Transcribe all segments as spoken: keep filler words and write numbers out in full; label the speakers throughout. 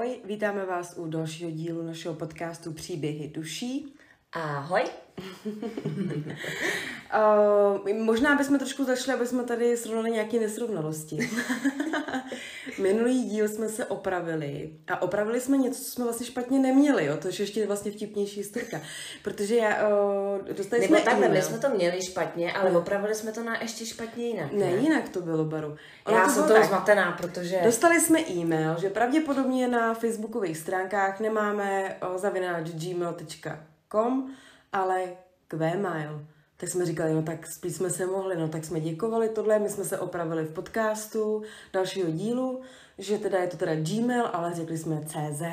Speaker 1: Ahoj, vítáme vás u dalšího dílu našeho podcastu Příběhy duší.
Speaker 2: Ahoj.
Speaker 1: uh, možná bychom trošku začali, aby jsme tady srovnali nějaké nesrovnalosti. Minulý díl jsme se opravili a opravili jsme něco, co jsme vlastně špatně neměli, jo? To je ještě vlastně vtipnější historka, protože já, uh, dostali
Speaker 2: Nebo
Speaker 1: jsme
Speaker 2: takhle,
Speaker 1: e-mail.
Speaker 2: my jsme to měli špatně, ale no. opravili jsme to na ještě špatně jinak.
Speaker 1: Ne, ne jinak to bylo, Baru.
Speaker 2: Ono já to jsem toho zmatená, protože...
Speaker 1: Dostali jsme e-mail, že pravděpodobně na facebookových stránkách nemáme uh, zavináč gmail tečka com, ale Qmail. Tak jsme říkali, no tak spíš jsme se mohli, no tak jsme děkovali tohle, my jsme se opravili v podcastu dalšího dílu, že teda je to teda Gmail, ale řekli jsme C Z.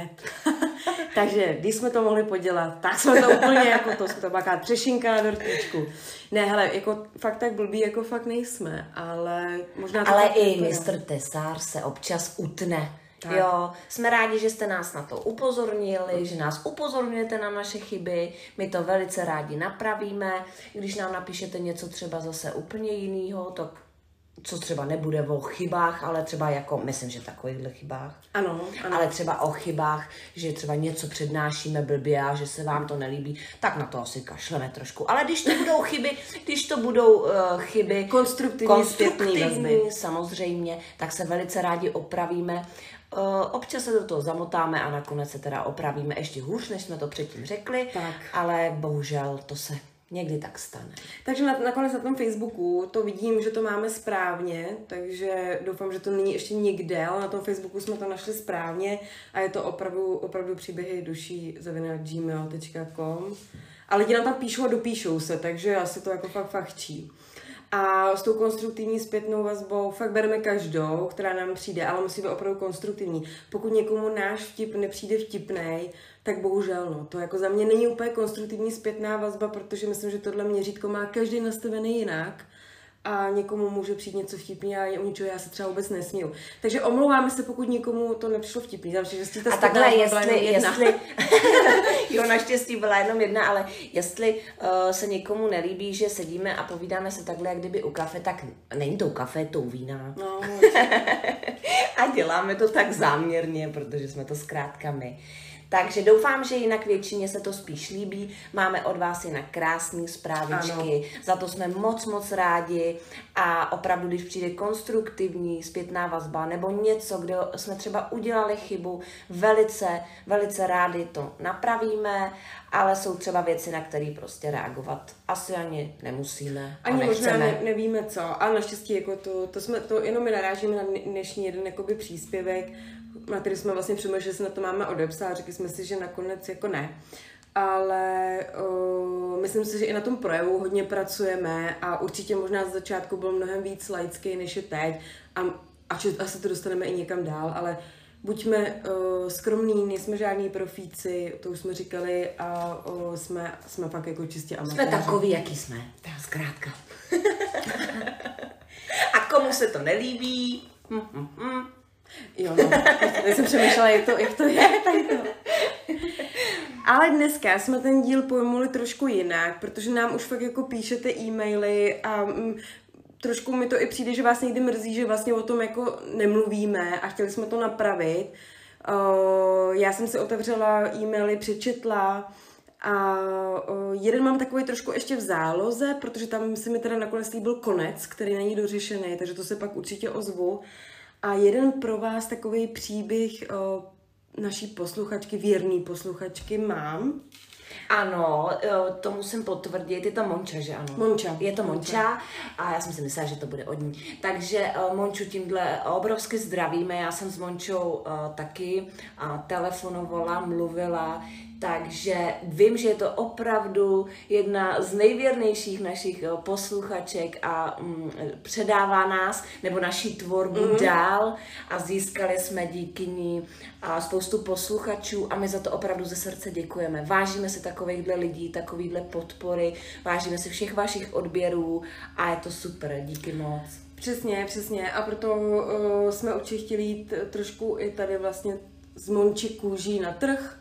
Speaker 1: Takže když jsme to mohli podělat, tak jsme to úplně jako to, jsme to baká třešinka na dortičku. Ne, hele, jako fakt tak blbý, jako fakt nejsme, ale možná...
Speaker 2: Ale i mistr Tesár se občas utne. Tak. Jo, jsme rádi, že jste nás na to upozornili, že nás upozorňujete na naše chyby, my to velice rádi napravíme, když nám napíšete něco třeba zase úplně jinýho, tak co třeba nebude o chybách, ale třeba jako, myslím, že takovýchhle chybách.
Speaker 1: Ano, ano.
Speaker 2: Ale třeba o chybách, že třeba něco přednášíme blbě a že se vám to nelíbí, tak na to asi kašleme trošku. Ale když to budou chyby, když to budou uh, chyby
Speaker 1: konstruktivní,
Speaker 2: konstruktivní samozřejmě, tak se velice rádi opravíme. Uh, občas se do toho zamotáme a nakonec se teda opravíme ještě hůř, než jsme to předtím řekli,
Speaker 1: tak.
Speaker 2: Ale bohužel to se někdy tak stane.
Speaker 1: Takže na, nakonec na tom Facebooku to vidím, že to máme správně, takže doufám, že to není ještě nikde, ale na tom Facebooku jsme to našli správně a je to opravdu, opravdu příběhy duší zavináč gmail tečka com. A lidi nám tam píšou a dopíšou se, takže asi to jako fakt fachčí. A s tou konstruktivní zpětnou vazbou fakt bereme každou, která nám přijde, ale musí být opravdu konstruktivní. Pokud někomu náš vtip nepřijde vtipnej, tak bohužel, no, to jako za mě není úplně konstruktivní zpětná vazba, protože myslím, že tohle měřítko má každý nastavený jinak a někomu může přijít něco vtipný a u něčeho já se třeba vůbec nesměju. Takže omlouváme se, pokud někomu to nepřišlo vtipný. Že
Speaker 2: a takhle, jestli, jestli jo, naštěstí byla jenom jedna, ale jestli uh, se někomu nelíbí, že sedíme a povídáme se takhle, jak kdyby u kafe, tak není to u kafe, to u vína.
Speaker 1: No,
Speaker 2: a děláme to tak záměrně, protože jsme to zkrátka my. Takže doufám, že jinak většině se to spíš líbí. Máme od vás jinak krásné zprávičky, ano. Za to jsme moc, moc rádi a opravdu, když přijde konstruktivní zpětná vazba nebo něco, kde jsme třeba udělali chybu, velice, velice rádi to napravíme, ale jsou třeba věci, na které prostě reagovat asi ani nemusíme.
Speaker 1: Ani možná ne, nevíme co, ale naštěstí jako to, to jsme to jenom my narážíme na dnešní jeden jakoby příspěvek, na který jsme vlastně přemýšleli, že se na to máme odepsat a řekli jsme si, že nakonec jako ne. Ale uh, myslím si, že i na tom projevu hodně pracujeme a určitě možná z začátku byl mnohem víc laický, než je teď a, a či, asi to dostaneme i někam dál, ale buďme uh, skromní, nejsme žádní profíci, to už jsme říkali a uh, jsme, jsme fakt jako čistě amatéři.
Speaker 2: Jsme takový, jaký jsme, zkrátka. A komu se to nelíbí? Hm, hm, hm.
Speaker 1: Jo, no, teď jsem přemýšlela, jak to, jak to je, tady to. Ale dneska jsme ten díl pojmuli trošku jinak, protože nám už fakt jako píšete e-maily a mm, trošku mi to i přijde, že vás někdy mrzí, že vlastně o tom jako nemluvíme a chtěli jsme to napravit. Uh, já jsem si otevřela e-maily, přečetla a uh, jeden mám takový trošku ještě v záloze, protože tam se mi teda nakonec líbil konec, který není dořešený, takže to se pak určitě ozvu. A jeden pro vás takový příběh o, naší posluchačky, věrný posluchačky mám.
Speaker 2: Ano, to musím potvrdit, je to Monča, že ano?
Speaker 1: Monča.
Speaker 2: Je to Monča a já jsem si myslela, že to bude od ní. Takže Monču tímhle obrovsky zdravíme, já jsem s Mončou taky telefonovala, mluvila, takže vím, že je to opravdu jedna z nejvěrnějších našich posluchaček a mm, předává nás nebo naší tvorbu mm. dál a získali jsme díky ní a spoustu posluchačů a my za to opravdu ze srdce děkujeme. Vážíme si takovýchhle lidí, takovýchhle podpory, vážíme si všech vašich odběrů a je to super, díky moc.
Speaker 1: Přesně, přesně a proto uh, jsme určitě chtěli jít trošku i tady vlastně z Monči kůží na trh.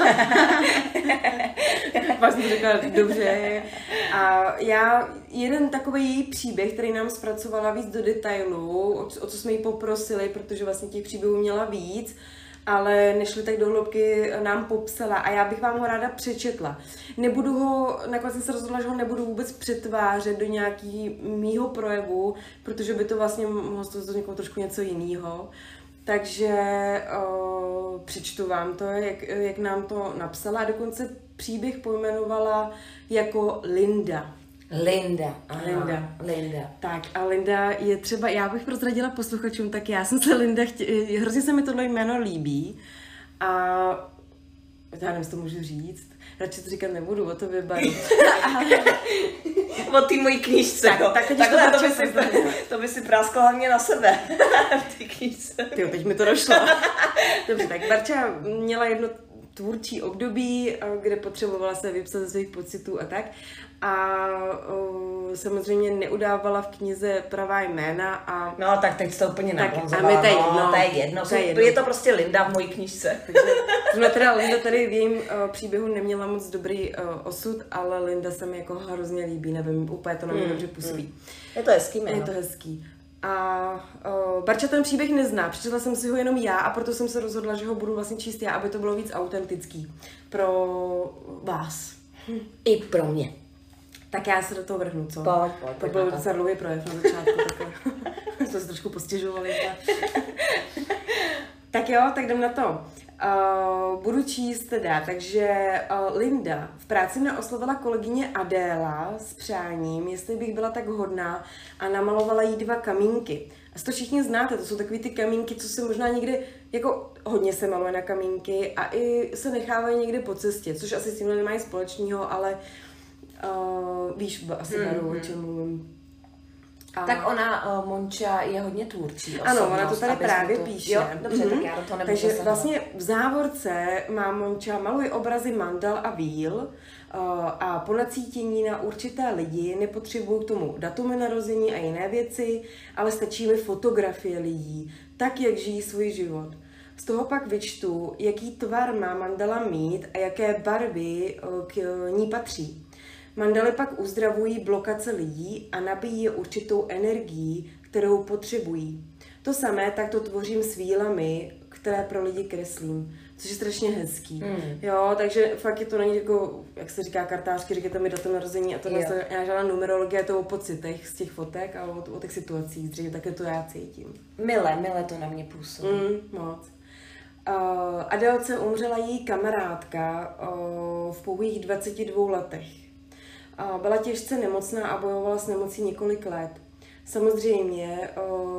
Speaker 1: Pak jsem řekla, dobře. A já jeden takový její příběh, který nám zpracovala víc do detailu, o, o co jsme ji poprosili, protože vlastně těch příběhů měla víc, ale nešli tak do hloubky, nám popsala a já bych vám ho ráda přečetla. Nebudu ho, nakonec jsem se rozhodla, že ho nebudu vůbec přetvářet do nějaký mýho projevu, protože by to vlastně mohlo to někoho trošku něco jiného. Takže o, přečtu vám to, jak, jak nám to napsala a dokonce příběh pojmenovala jako Linda.
Speaker 2: Linda. Aha,
Speaker 1: Linda.
Speaker 2: Linda.
Speaker 1: Tak a Linda je třeba, já bych prozradila posluchačům, tak já jsem se Linda, chtě, hrozně se mi tohle jméno líbí a já nevím, jestli to můžu říct, radši to říkat nebudu, o to vybaru.
Speaker 2: O té mojí knížce, tak,
Speaker 1: tak, tak
Speaker 2: takhle
Speaker 1: to,
Speaker 2: to, by si, to by si práskla hlavně na sebe, v té knížce.
Speaker 1: Tyjo, teď mi to došlo. Dobře, tak Barča měla jedno tvůrčí období, kde potřebovala se vypsat ze svých pocitů a tak. A o, samozřejmě neudávala v knize pravá jména a...
Speaker 2: No tak teď to úplně
Speaker 1: nakonzovala. A mi to je jedno.
Speaker 2: No, to je jedno. To je, jedno. Je to prostě Linda v mojí knížce.
Speaker 1: Takže jsme teda Linda tady v jejím uh, příběhu neměla moc dobrý uh, osud, ale Linda se mi jako hrozně líbí, nevím, úplně to na mě hmm. dobře působí. Hmm.
Speaker 2: Je to hezký jméno.
Speaker 1: Je to hezký. A uh, Barča ten příběh nezná, přečetla jsem si ho jenom já a proto jsem se rozhodla, že ho budu vlastně číst já, aby to bylo víc autentický pro vás.
Speaker 2: Hm. I pro mě.
Speaker 1: Tak já se do toho vrhnu, co?
Speaker 2: Pojď, pojď,
Speaker 1: to byl docela dlouhý projev na začátku, takhle. To se trošku postěžovali. Tak jo, tak jdem na to. Uh, budu číst teda, takže uh, Linda v práci mě oslovila kolegyně Adéla s přáním, jestli bych byla tak hodná a namalovala jí dva kamínky. A to všichni znáte, to jsou takový ty kamínky, co se možná někdy, jako hodně se maluje na kamínky a i se nechávají někde po cestě, což asi s tímhle nemají společného, ale uh, víš asi
Speaker 2: hmm,
Speaker 1: baru,
Speaker 2: hmm.
Speaker 1: o čem mluvím.
Speaker 2: A... Tak ona, uh, Monča, je hodně tvůrčí osobnost.
Speaker 1: Ano, ona to tady právě to... píše.
Speaker 2: Jo, dobře, mm-hmm. tak já do toho nebudu
Speaker 1: Takže
Speaker 2: zasahovat.
Speaker 1: vlastně v závorce má Monča, maluje obrazy mandal a víl uh, a po nacítění na určité lidi nepotřebují k tomu datumy narození a jiné věci, ale stačí mi fotografie lidí, tak, jak žijí svůj život. Z toho pak vyčtu, jaký tvar má mandala mít a jaké barvy uh, k ní patří. Mandaly pak uzdravují blokace lidí a nabíjí je určitou energií, kterou potřebují. To samé takto tvořím s vílami, které pro lidi kreslím, což je strašně hezký. Mm. Jo, takže fakt je to není jako, jak se říká kartářky, říkáte mi datum narození a to je žádná numerologie, je to o pocitech z těch fotek a o, o těch situacích, zřejmě také to já cítím.
Speaker 2: Milé, milé to na mě působí.
Speaker 1: Mm, moc. Uh, Adélce umřela její kamarádka uh, v pouhých dvaceti dvou letech. Byla těžce nemocná a bojovala s nemocí několik let. Samozřejmě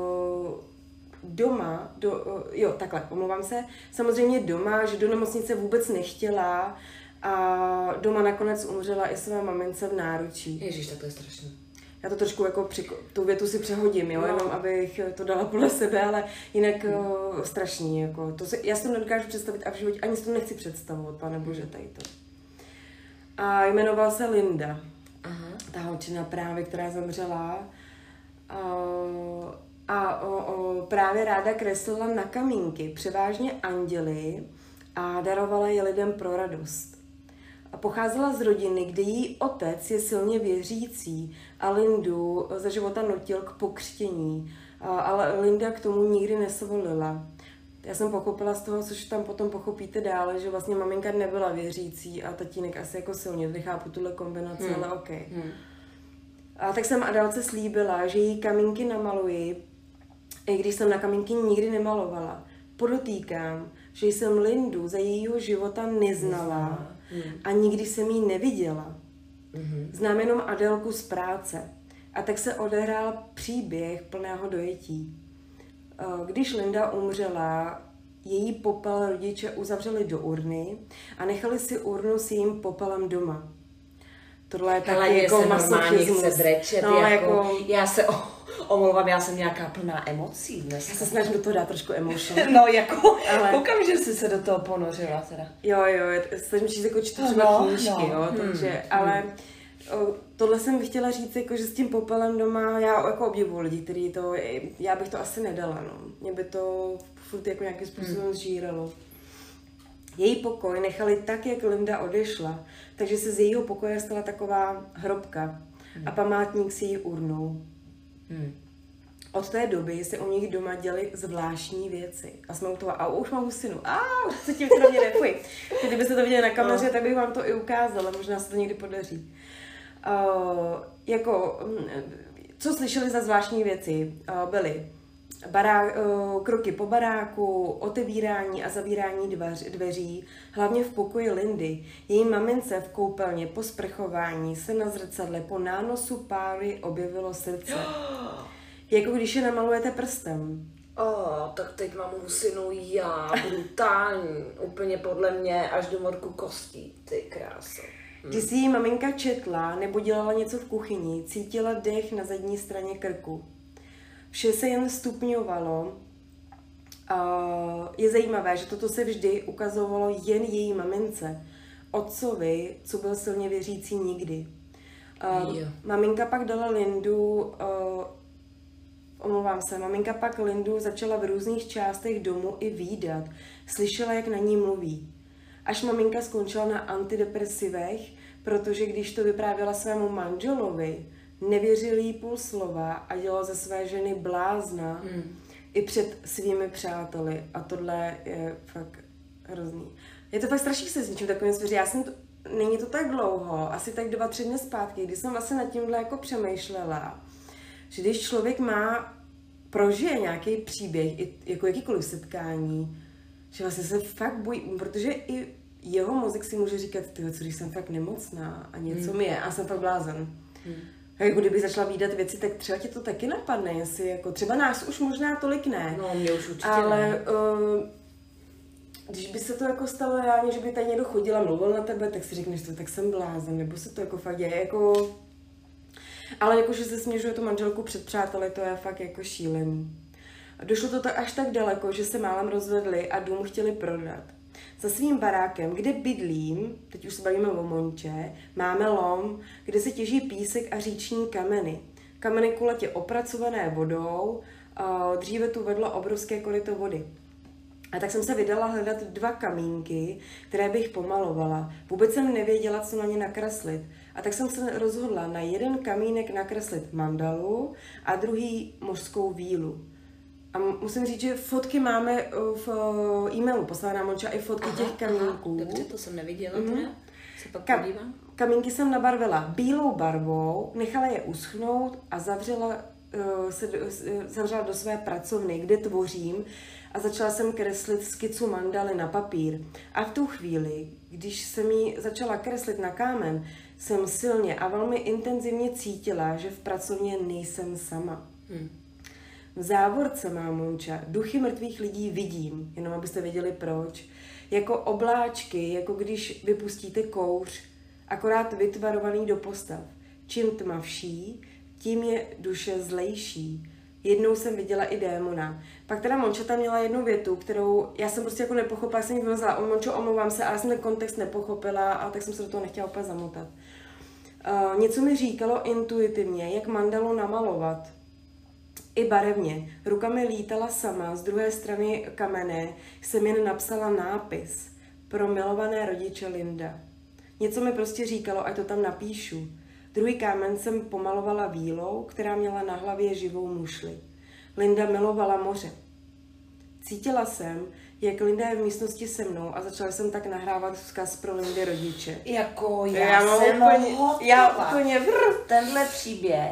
Speaker 1: doma, do, jo, takhle, omlouvám se, samozřejmě doma, že do nemocnice vůbec nechtěla a doma nakonec umřela i své mamince v náručí.
Speaker 2: Ježíš, tak to je strašné.
Speaker 1: Já to trošku jako při, tu větu si přehodím, jo, no. Jenom abych to dala podle sebe, ale jinak hmm. strašný, jako, to se, já si to nedokážu představit a v životě ani si to nechci představovat, pane bože, tady to. A jmenovala se Linda. Aha. Ta holčina právě, která zemřela. A, a o, o, právě ráda kreslila na kamínky, převážně anděly a darovala je lidem pro radost. A pocházela z rodiny, kde její otec je silně věřící a Lindu za života nutil k pokřtění, a, ale Linda k tomu nikdy nesvolila. Já jsem pochopila z toho, což tam potom pochopíte dále, že vlastně maminka nebyla věřící a tatínek asi jako silně, nechápu tuhle kombinaci, hmm. ale ok. Hmm. A tak jsem Adélce slíbila, že jí kamínky namaluji, i když jsem na kamínky nikdy nemalovala. Podotýkám, že jsem Lindu za jejího života neznala hmm. a nikdy jsem jí neviděla. Hmm. Znám jenom Adélku z práce. A tak se odehrál příběh plného dojetí. Když Linda umřela, její popel rodiče uzavřeli do urny a nechali si urnu s jejím popelem doma. Tohle je taky jako masochismus.
Speaker 2: No, jako, jako... Já se oh, omlouvám, já jsem nějaká plná emocí dnes.
Speaker 1: Já se snažím do toho dát trošku emotion.
Speaker 2: No, jako, ale... koukám, že jsi se do toho ponořila teda.
Speaker 1: Jo, jo, snažím si jako čtu třeba no, knížky, no. jo, takže, hmm, ale... Hmm. O, tohle jsem chtěla říct, jako, že s tím popelem doma, já jako obdivuju lidi, kteří to, já bych to asi nedala, no. Mě by to furt jako nějakým způsobem hmm. zžíralo. Její pokoj nechali tak, jak Linda odešla, takže se z jejího pokoje stala taková hrobka hmm. a památník s její urnou. Hmm. od té doby se u nich doma děly zvláštní věci. A jsme u toho, a už mám husinu, a už se tím to na mě nefuj. Kdybyste to viděli na kameře, no. tak bych vám to i ukázala, možná se to někdy podaří. Uh, jako, co slyšeli za zvláštní věci? Uh, byly bará, uh, kroky po baráku, otevírání a zavírání dveř, dveří, hlavně v pokoji Lindy. Její mamince v koupelně po sprchování se na zrcadle po nánosu páry objevilo srdce. Jako když je namalujete prstem.
Speaker 2: Oh, tak teď mám husinu já, brutální, úplně podle mě až do morku kostí, ty kráso. Hmm.
Speaker 1: Když si jí maminka četla nebo dělala něco v kuchyni, cítila dech na zadní straně krku. Vše se jen stupňovalo. Uh, je zajímavé, že toto se vždy ukazovalo jen její mamince. Otcovi, co byl silně věřící, nikdy. Uh, maminka pak dala Lindu, uh, omlouvám se, maminka pak Lindu začala v různých částech domu i vídat. Slyšela, jak na ní mluví. Až maminka skončila na antidepresivech, protože když to vyprávěla svému manželovi, nevěřil jí půl slova a dělal ze své ženy blázna hmm. i před svými přáteli. A tohle je fakt hrozný. Je to fakt strašný se s něčím takovým svěřit. Já jsem to, není to tak dlouho, asi tak dva, tři dny zpátky, kdy jsem vlastně nad tímhle jako přemýšlela, že když člověk má, prožije nějaký příběh, i, jako jakýkoliv setkání, že vlastně se fakt bojí, protože i jeho mozek si může říkat, tyhle, co když jsem fakt nemocná a něco hmm. mi je a jsem fakt blázen. Hmm. A jako kdyby začala vídat věci, tak třeba ti to taky napadne, jestli jako, třeba nás už možná tolik ne.
Speaker 2: No, mě už určitě
Speaker 1: ale,
Speaker 2: ne.
Speaker 1: Uh, když by se to jako stalo reálně, že by tady někdo chodil a mluvil na tebe, tak si řekneš to, tak jsem blázen, nebo se to jako fakt děje, jako... Ale jako, že se směřuje tu manželku před přáteli, to je fakt jako šílený. Došlo to tak až tak daleko, že se málem rozvedli a dům chtěli prodat. Za svým barákem, kde bydlím, teď už se bavíme o Monče, máme lom, kde se těží písek a říční kameny. Kameny kulatě opracované vodou, dříve tu vedlo obrovské koryto vody. A tak jsem se vydala hledat dva kamínky, které bych pomalovala. Vůbec jsem nevěděla, co na ně nakreslit. A tak jsem se rozhodla na jeden kamínek nakreslit mandalu a druhý mořskou vílu. A musím říct, že fotky máme v e-mailu, poslala nám Monča i fotky aha, těch kamínků.
Speaker 2: Aha, dobře, to jsem neviděla, mm-hmm. teda se pak
Speaker 1: Ka-
Speaker 2: podívám.
Speaker 1: Kamínky jsem nabarvila bílou barvou, nechala je uschnout a zavřela, uh, se, uh, zavřela do své pracovny, kde tvořím a začala jsem kreslit skicu mandaly na papír. A v tu chvíli, když jsem ji začala kreslit na kámen, jsem silně a velmi intenzivně cítila, že v pracovně nejsem sama. Hmm. V závorce, má Monča, duchy mrtvých lidí vidím, jenom abyste věděli proč. Jako obláčky, jako když vypustíte kouř, akorát vytvarovaný do postav. Čím tmavší, tím je duše zlejší. Jednou jsem viděla i démona. Pak teda Monča tam měla jednu větu, kterou já jsem prostě jako nepochopila, jsem ji vymazala. Mončo, omlouvám se, ale já jsem ten kontext nepochopila a tak jsem se do toho nechtěla úplně zamotat. Uh, něco mi říkalo intuitivně, jak mandalu namalovat. I barevně. Ruka mi lítala sama, z druhé strany kamene jsem jen napsala nápis. Pro milované rodiče Linda. Něco mi prostě říkalo, ať to tam napíšu. Druhý kámen jsem pomalovala vílou, která měla na hlavě živou mušli. Linda milovala moře. Cítila jsem, jak Linda je v místnosti se mnou a začala jsem tak nahrávat vzkaz pro Lindy rodiče.
Speaker 2: Jako já,
Speaker 1: já
Speaker 2: jsem
Speaker 1: úplně,
Speaker 2: hotová.
Speaker 1: Já úplně vrr.
Speaker 2: Tenhle příběh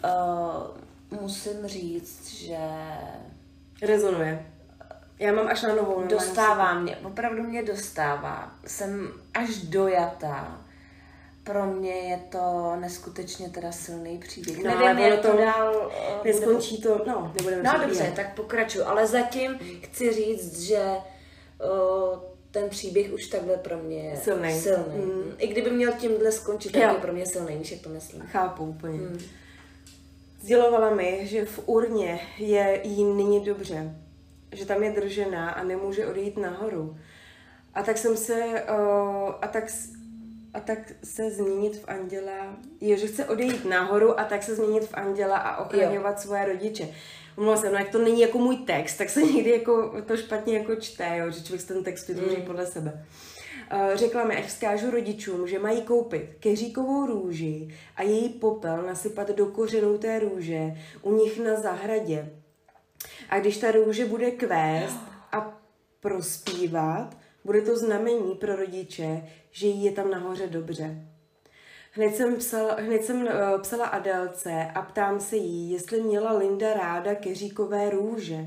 Speaker 2: uh, musím říct, že
Speaker 1: rezonuje. Já mám až na novou.
Speaker 2: Dostává mě, opravdu mě dostává. Jsem až dojatá. Pro mě je to neskutečně teda silný příběh.
Speaker 1: No,
Speaker 2: nevím, jak to
Speaker 1: to
Speaker 2: dál...
Speaker 1: Neskončí to, no, nebudeme
Speaker 2: No dobře, tak pokračuju. Ale zatím chci říct, že uh, ten příběh už takhle pro mě je
Speaker 1: silný.
Speaker 2: silný. Mm. I kdyby měl tímhle skončit, tak jo. Je pro mě silný, víš, jak to myslím.
Speaker 1: Chápu úplně. Mm. Sdělovala mi, že v urně je jí nyní dobře. Že tam je držená a nemůže odejít nahoru. A tak jsem se... Uh, a tak... A tak se změnit v anděla, jo, že chce odejít nahoru a tak se změnit v anděla a ochraňovat jo. svoje rodiče. Umluvila jsem, no jak to není jako můj text, tak se někdy jako to špatně jako čte, jo, že člověk ten text vytvoří mm. podle sebe. Řekla mi, ať vzkážu rodičům, že mají koupit keříkovou růži a její popel nasypat do kořenů té růže u nich na zahradě. A když ta růže bude kvést a prospívat, bude to znamení pro rodiče, že jí je tam nahoře dobře. Hned jsem, psala, hned jsem uh, psala Adélce a ptám se jí, jestli měla Linda ráda keříkové růže.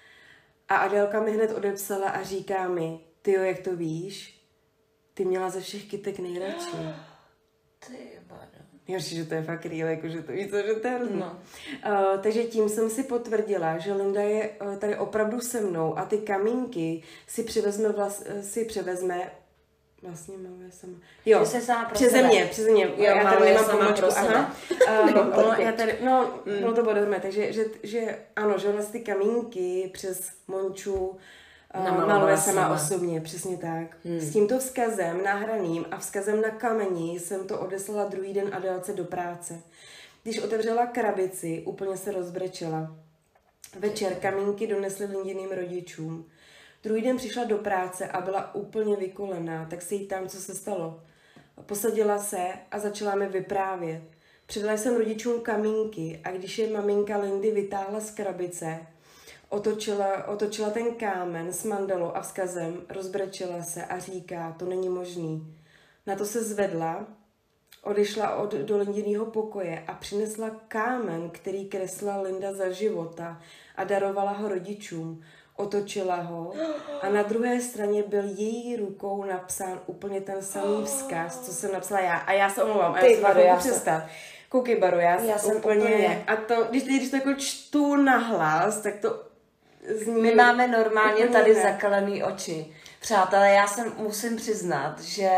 Speaker 1: A Adélka mi hned odepsala a říká mi, tyjo, jak to víš? Ty měla ze všech kytek nejradši.
Speaker 2: Ty bado.
Speaker 1: Jorši, že to je fakt real, jako, že to víš, že to je hrozný. No. Uh, takže tím jsem si potvrdila, že Linda je uh, tady opravdu se mnou a ty kamínky si přivezme, vlas, uh, si přivezme vlastně maluje sama. Jo,
Speaker 2: se sama
Speaker 1: přeze mě, přeze mě.
Speaker 2: Jo,
Speaker 1: já tady nemám
Speaker 2: sama
Speaker 1: pomočku.
Speaker 2: pro sebe.
Speaker 1: Aha. Uh, no, já tady, no, mm. no to bude, takže že, že ano, že vlastně ty kamínky přes Monču Uh, maluje sama, sama osobně, přesně tak. Hmm. S tímto vzkazem nahraným a vzkazem na kameni jsem to odeslala druhý den Adélce do práce. Když otevřela krabici, úplně se rozbrečela. Večer kamínky donesly Lindiným rodičům. Druhý den přišla do práce a byla úplně vykolená, tak se jí tam, co se stalo. Posadila se a začala mi vyprávět. Předala jsem rodičům kamínky a když je maminka Lindy vytáhla z krabice, Otočila, otočila ten kámen s mandalou a vzkazem, rozbrečela se a říká, to není možný. Na to se zvedla, odešla od, do Lindiného pokoje a přinesla kámen, který kresla Linda za života a darovala ho rodičům. Otočila ho a na druhé straně byl její rukou napsán úplně ten samý vzkaz, co jsem napsala já. A já se omlouvám, a já se Baro, já přestat. Koukej, Baro, já, já jsem úplně... úplně... A to, když, když to jako čtu nahlas, tak to zní...
Speaker 2: My máme normálně tady ne. zakalený oči. Přátelé, já jsem musím přiznat, že...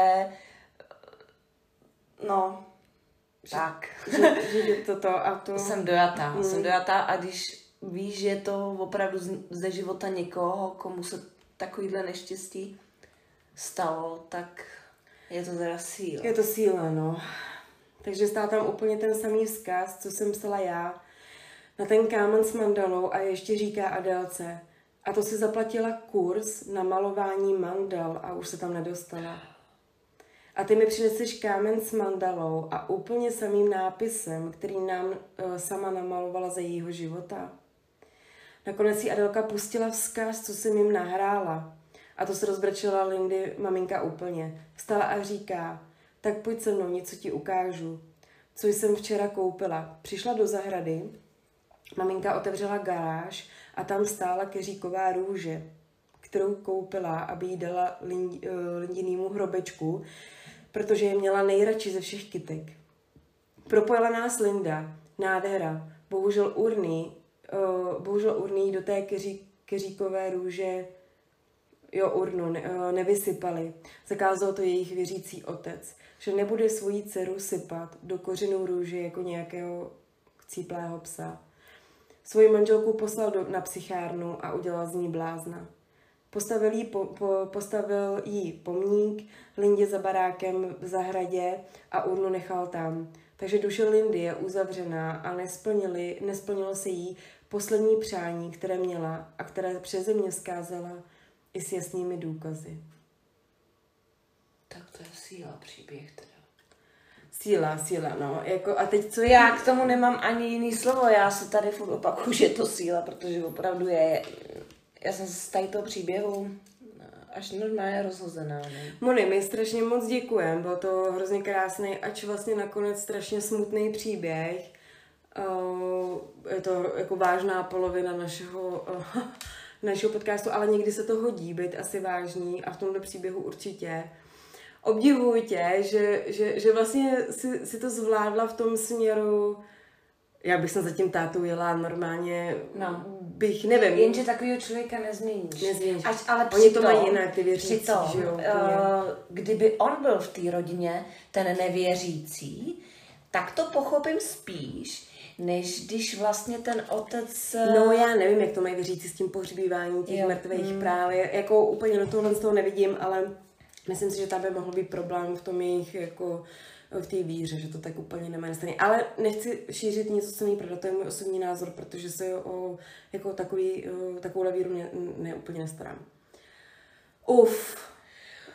Speaker 2: No, že, tak.
Speaker 1: Že, že toto a to...
Speaker 2: Jsem dojatá, mm. jsem dojatá a když víš, že je to opravdu ze života někoho, komu se takovýhle neštěstí stalo, tak je to teda síla.
Speaker 1: Je to síla, no. Takže stál tam úplně ten samý vzkaz, co jsem psala já, na ten kámen s mandalou a ještě říká Adélce. A to si zaplatila kurz na malování mandal a už se tam nedostala. A ty mi přineseš kámen s mandalou a úplně samým nápisem, který nám uh, sama namalovala za jejího života. Nakonec si Adélka pustila vzkaz, co jsem jim nahrála. A to se rozbrečela Lindy maminka úplně. Vstala a říká, tak pojď se mnou, něco ti ukážu. Co jsem včera koupila. Přišla do zahrady, maminka otevřela garáž a tam stála keříková růže, kterou koupila, aby jí dala Lind, uh, Lindinému hrobečku, protože je měla nejradši ze všech kytek. Propojila nás Linda, nádhera, bohužel urny, uh, bohužel urny do té keří, keříkové růže jo, urnu ne, uh, nevysypali. Zakázal to jejich věřící otec, že nebude svoji dceru sypat do kořenů růže jako nějakého chcíplého psa. Svoji manželku poslal do, na psychárnu a udělal z ní blázna. Postavil jí, po, po, postavil jí pomník Lindě za barákem v zahradě a urnu nechal tam. Takže duše Lindy je uzavřená a nesplnili, nesplnilo se jí poslední přání, které měla a které přeze mě vzkázala i s jasnými důkazy.
Speaker 2: Tak to je síla příběh teda.
Speaker 1: Síla, síla, no. Jako, a teď co je...
Speaker 2: Já k tomu nemám ani jiný slovo, já se tady furt opakuju, že je to síla, protože opravdu je... Já jsem z tady toho příběhu až normálně rozhozená. Ne?
Speaker 1: Moni, my strašně moc děkujeme, byl to hrozně krásný, ač vlastně nakonec strašně smutný příběh. Uh, je to jako vážná polovina našeho, uh, našeho podcastu, ale někdy se to hodí být asi vážný a v tomto příběhu určitě. Obdivuji tě, že, že, že vlastně si, si to zvládla v tom směru. Já bych se zatím tátou jela normálně, no. bych, nevím.
Speaker 2: Jenže takového člověka nezměníš.
Speaker 1: Nezměníš.
Speaker 2: Až, ale
Speaker 1: Oni
Speaker 2: přitom,
Speaker 1: to mají jinak, ty věřící,
Speaker 2: přitom,
Speaker 1: že jo?
Speaker 2: Uh, kdyby on byl v té rodině, ten nevěřící, tak to pochopím spíš, než když vlastně ten otec...
Speaker 1: No já nevím, jak to mají věřící s tím pohřbíváním těch jo. mrtvých hmm. právě. Jako úplně do tohle z toho nevidím, ale myslím si, že tam by mohl být problém v tom jejich jako... v té víře, že to tak úplně nemá nastavený. Ale nechci šířit něco, co není pravda, to je můj osobní názor, protože se o jako takový, o, takovouhle víru ne, ne úplně nestarám. Uf.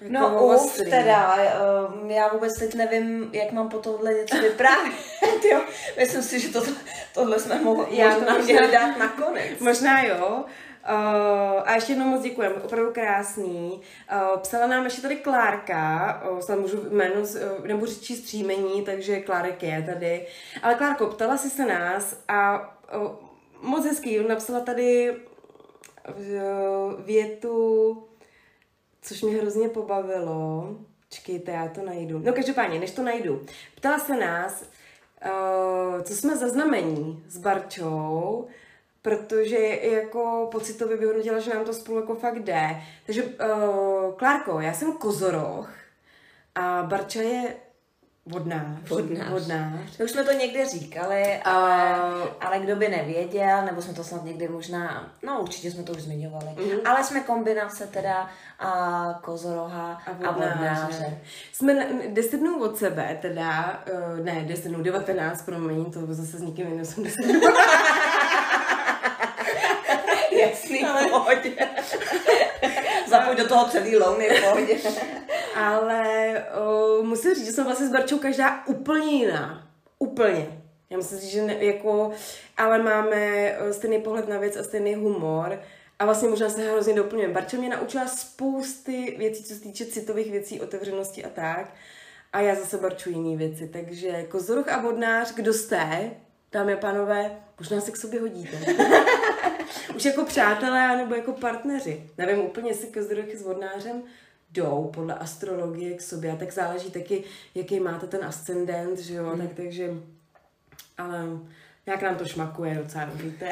Speaker 2: Jako no uf, teda, uh, já vůbec teď nevím, jak mám po tohle něco vyprávět, jo. Myslím si, že tohle, tohle jsme mohli, já možná měli dát nakonec.
Speaker 1: Možná jo. Uh, a ještě jednou moc děkujeme, opravdu krásný. Uh, psala nám ještě tady Klárka, uh, snad můžu jméno, uh, nebo říct příjmení, takže Klárek je tady. Ale Klárko, ptala jsi se nás a uh, moc hezký, napsala tady uh, větu, což mě hrozně pobavilo. Čekejte, já to najdu. No každopádně, než to najdu. Ptala se nás, uh, co jsme za znamení s Barčou, protože jako pocitově vyhodnotila, že nám to spolu jako fakt jde. Takže, uh, Klárko, já jsem kozoroch a Barča je vodnář.
Speaker 2: Vodnář.
Speaker 1: vodnář.
Speaker 2: To už jsme to někdy říkali, ale, uh, ale kdo by nevěděl, nebo jsme to snad někdy možná, no určitě jsme to už zmiňovali, uh-huh. ale jsme kombinace teda uh, kozoroha a vodnáře. A vodnáře.
Speaker 1: Jsme deset dnů od sebe, teda, uh, ne, deset dnů, devatenáct, promiň, to zase s nikým jiným jsem deset dnů.
Speaker 2: Jasný, ale v pohodě. Zapojď do toho celý louny, v pohodě.
Speaker 1: Ale uh, musím říct, že jsem vlastně s Barčou každá úplně jiná. Úplně. Já myslím si, že ne, jako, ale máme stejný pohled na věc a stejný humor. A vlastně možná se hrozně doplňujeme. Barča mě naučila spousty věcí, co se týče citových věcí, otevřenosti a tak. A já zase Barču jiný věci. Takže kozoroch a vodnář, kdo jste, dámy a pánové, možná se k sobě hodíte. Už jako přátelé, nebo jako partneři. Nevím úplně, jestli kozorochy s vodnářem jdou podle astrologie k sobě. A tak záleží taky, jaký máte ten ascendent, že jo, hmm. tak takže, ale nějak nám to šmakuje docela, víte.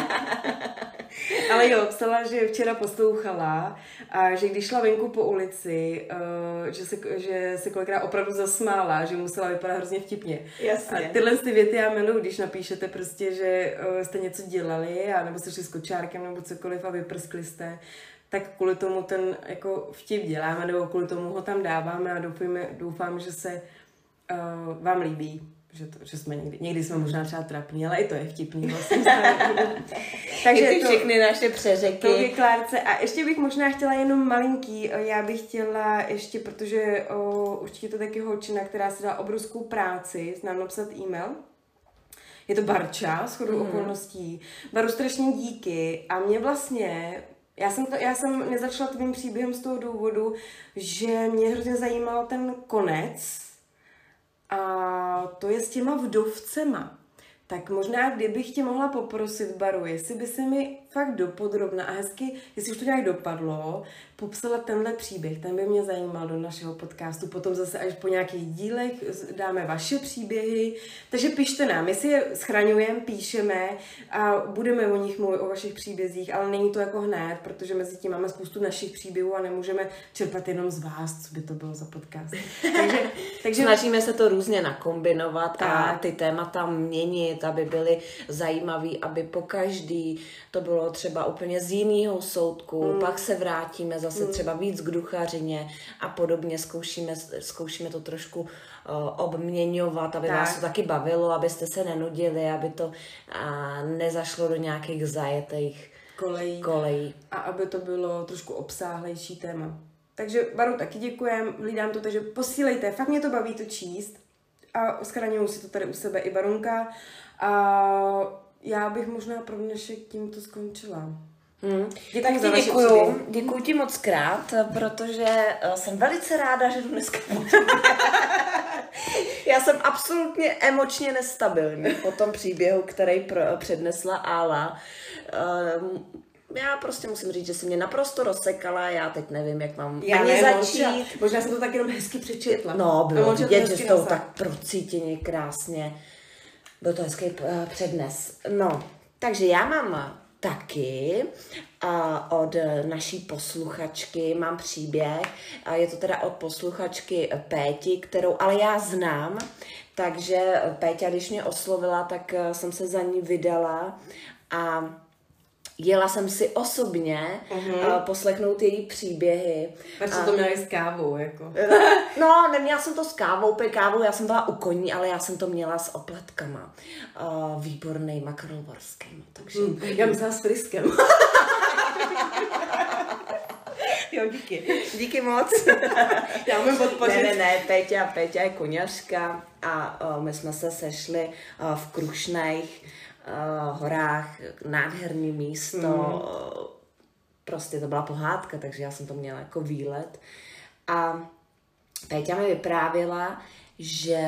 Speaker 1: Ale jo, psala, že včera poslouchala a že když šla venku po ulici, uh, že, se, že se kolikrát opravdu zasmála, že musela vypadat hrozně vtipně.
Speaker 2: Jasně.
Speaker 1: A tyhle ty věty já miluji, když napíšete prostě, že uh, jste něco dělali a nebo jste šli s kočárkem nebo cokoliv a vyprskli jste, tak kvůli tomu ten jako vtip děláme nebo kvůli tomu ho tam dáváme a doufujeme, doufám, že se uh, vám líbí. Že, to, že jsme někdy, někdy jsme možná třeba trapní, ale i to je vtipný vlastně.
Speaker 2: Takže ty všechny naše přeřeky.
Speaker 1: To je Klárce. A ještě bych možná chtěla jenom malinký, já bych chtěla ještě, protože o, určitě to taky holčina, která si dala obrovskou práci, nám napsat e-mail. Je to Barča, shodou mm. okolností. Baru, strašně díky. A mě vlastně, já jsem, to, já jsem nezačala tvým příběhem z toho důvodu, že mě hrozně zajímal ten konec. A to je s těma vdovcema. Tak možná, kdybych tě mohla poprosit, Baru, jestli by se mi fakt dopodrobna a hezky, jestli už to nějak dopadlo, popsala tenhle příběh, ten by mě zajímal do našeho podcastu. Potom zase až po nějakých dílech dáme vaše příběhy. Takže pište nám, my si je schraňujeme, píšeme a budeme o nich mluvit, o vašich příbězích, ale není to jako hned, protože mezi tím máme spoustu našich příběhů a nemůžeme čerpat jenom z vás, co by to bylo za podcast. Takže,
Speaker 2: takže snažíme se to různě nakombinovat tak. A ty témata měnit, aby byly zajímavý, aby po každý to bylo třeba úplně z jiného soudku, mm. pak se vrátíme zase mm. třeba víc k duchařině a podobně, zkoušíme, zkoušíme to trošku uh, obměňovat, aby tak. vás to taky bavilo, abyste se nenudili, aby to uh, nezašlo do nějakých zajetých
Speaker 1: kolejí.
Speaker 2: kolejí.
Speaker 1: A aby to bylo trošku obsáhlejší téma. Takže Baru taky děkujem, hlídám to, takže posílejte, fakt mě to baví to číst a schraňuju si to tady u sebe i Barunka a já bych možná pro dnešek tímto skončila.
Speaker 2: Hmm. Děkuji za děkuju. Děkuji ti moc krát, protože jsem velice ráda, že tu dneska Já jsem absolutně emočně nestabilní po tom příběhu, který pro, přednesla Ála. Um, já prostě musím říct, že si mě naprosto rozsekala, já teď nevím, jak mám
Speaker 1: já ani ne, začít. Možná, možná jsem to tak jenom hezky přečetla.
Speaker 2: No, bylo vidět, že to tak procítěně krásně. Byl to hezký uh, přednes. No, takže já mám taky uh, od naší posluchačky, mám příběh, uh, je to teda od posluchačky Péti, kterou ale já znám, takže Péťa, když mě oslovila, tak uh, jsem se za ní vydala a jela jsem si osobně uh-huh. uh, poslechnout její příběhy.
Speaker 1: Takže to měla i s kávou, jako.
Speaker 2: No, neměla jsem to s kávou, úplně kávou, já jsem byla u koní, ale já jsem to měla s opletkama. Uh, výbornýma karlovarskýma, takže...
Speaker 1: Mm, já myslela s friskem.
Speaker 2: Jo, díky. Díky moc.
Speaker 1: Já můžu podpořit.
Speaker 2: Ne, ne, ne, Péťa, Péťa je koněřka a o, my jsme se sešli o, v Krušných o, horách, nádherný místo, mm. o, prostě to byla pohádka, takže já jsem to měla jako výlet. A Péťa mi vyprávěla, že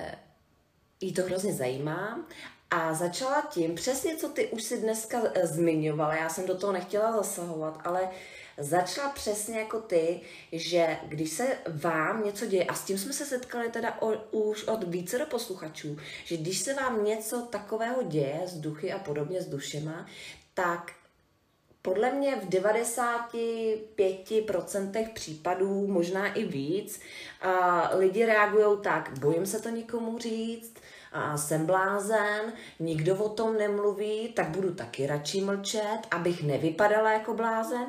Speaker 2: jí to hrozně zajímá a začala tím, přesně co ty už si dneska zmiňovala, já jsem do toho nechtěla zasahovat, ale začala přesně jako ty, že když se vám něco děje, a s tím jsme se setkali teda o, už od více do posluchačů, že když se vám něco takového děje s duchy a podobně s dušema, tak podle mě v devadesát pět procent případů, možná i víc, a lidi reagují tak, bojím se to nikomu říct, a jsem blázen, nikdo o tom nemluví, tak budu taky radši mlčet, abych nevypadala jako blázen.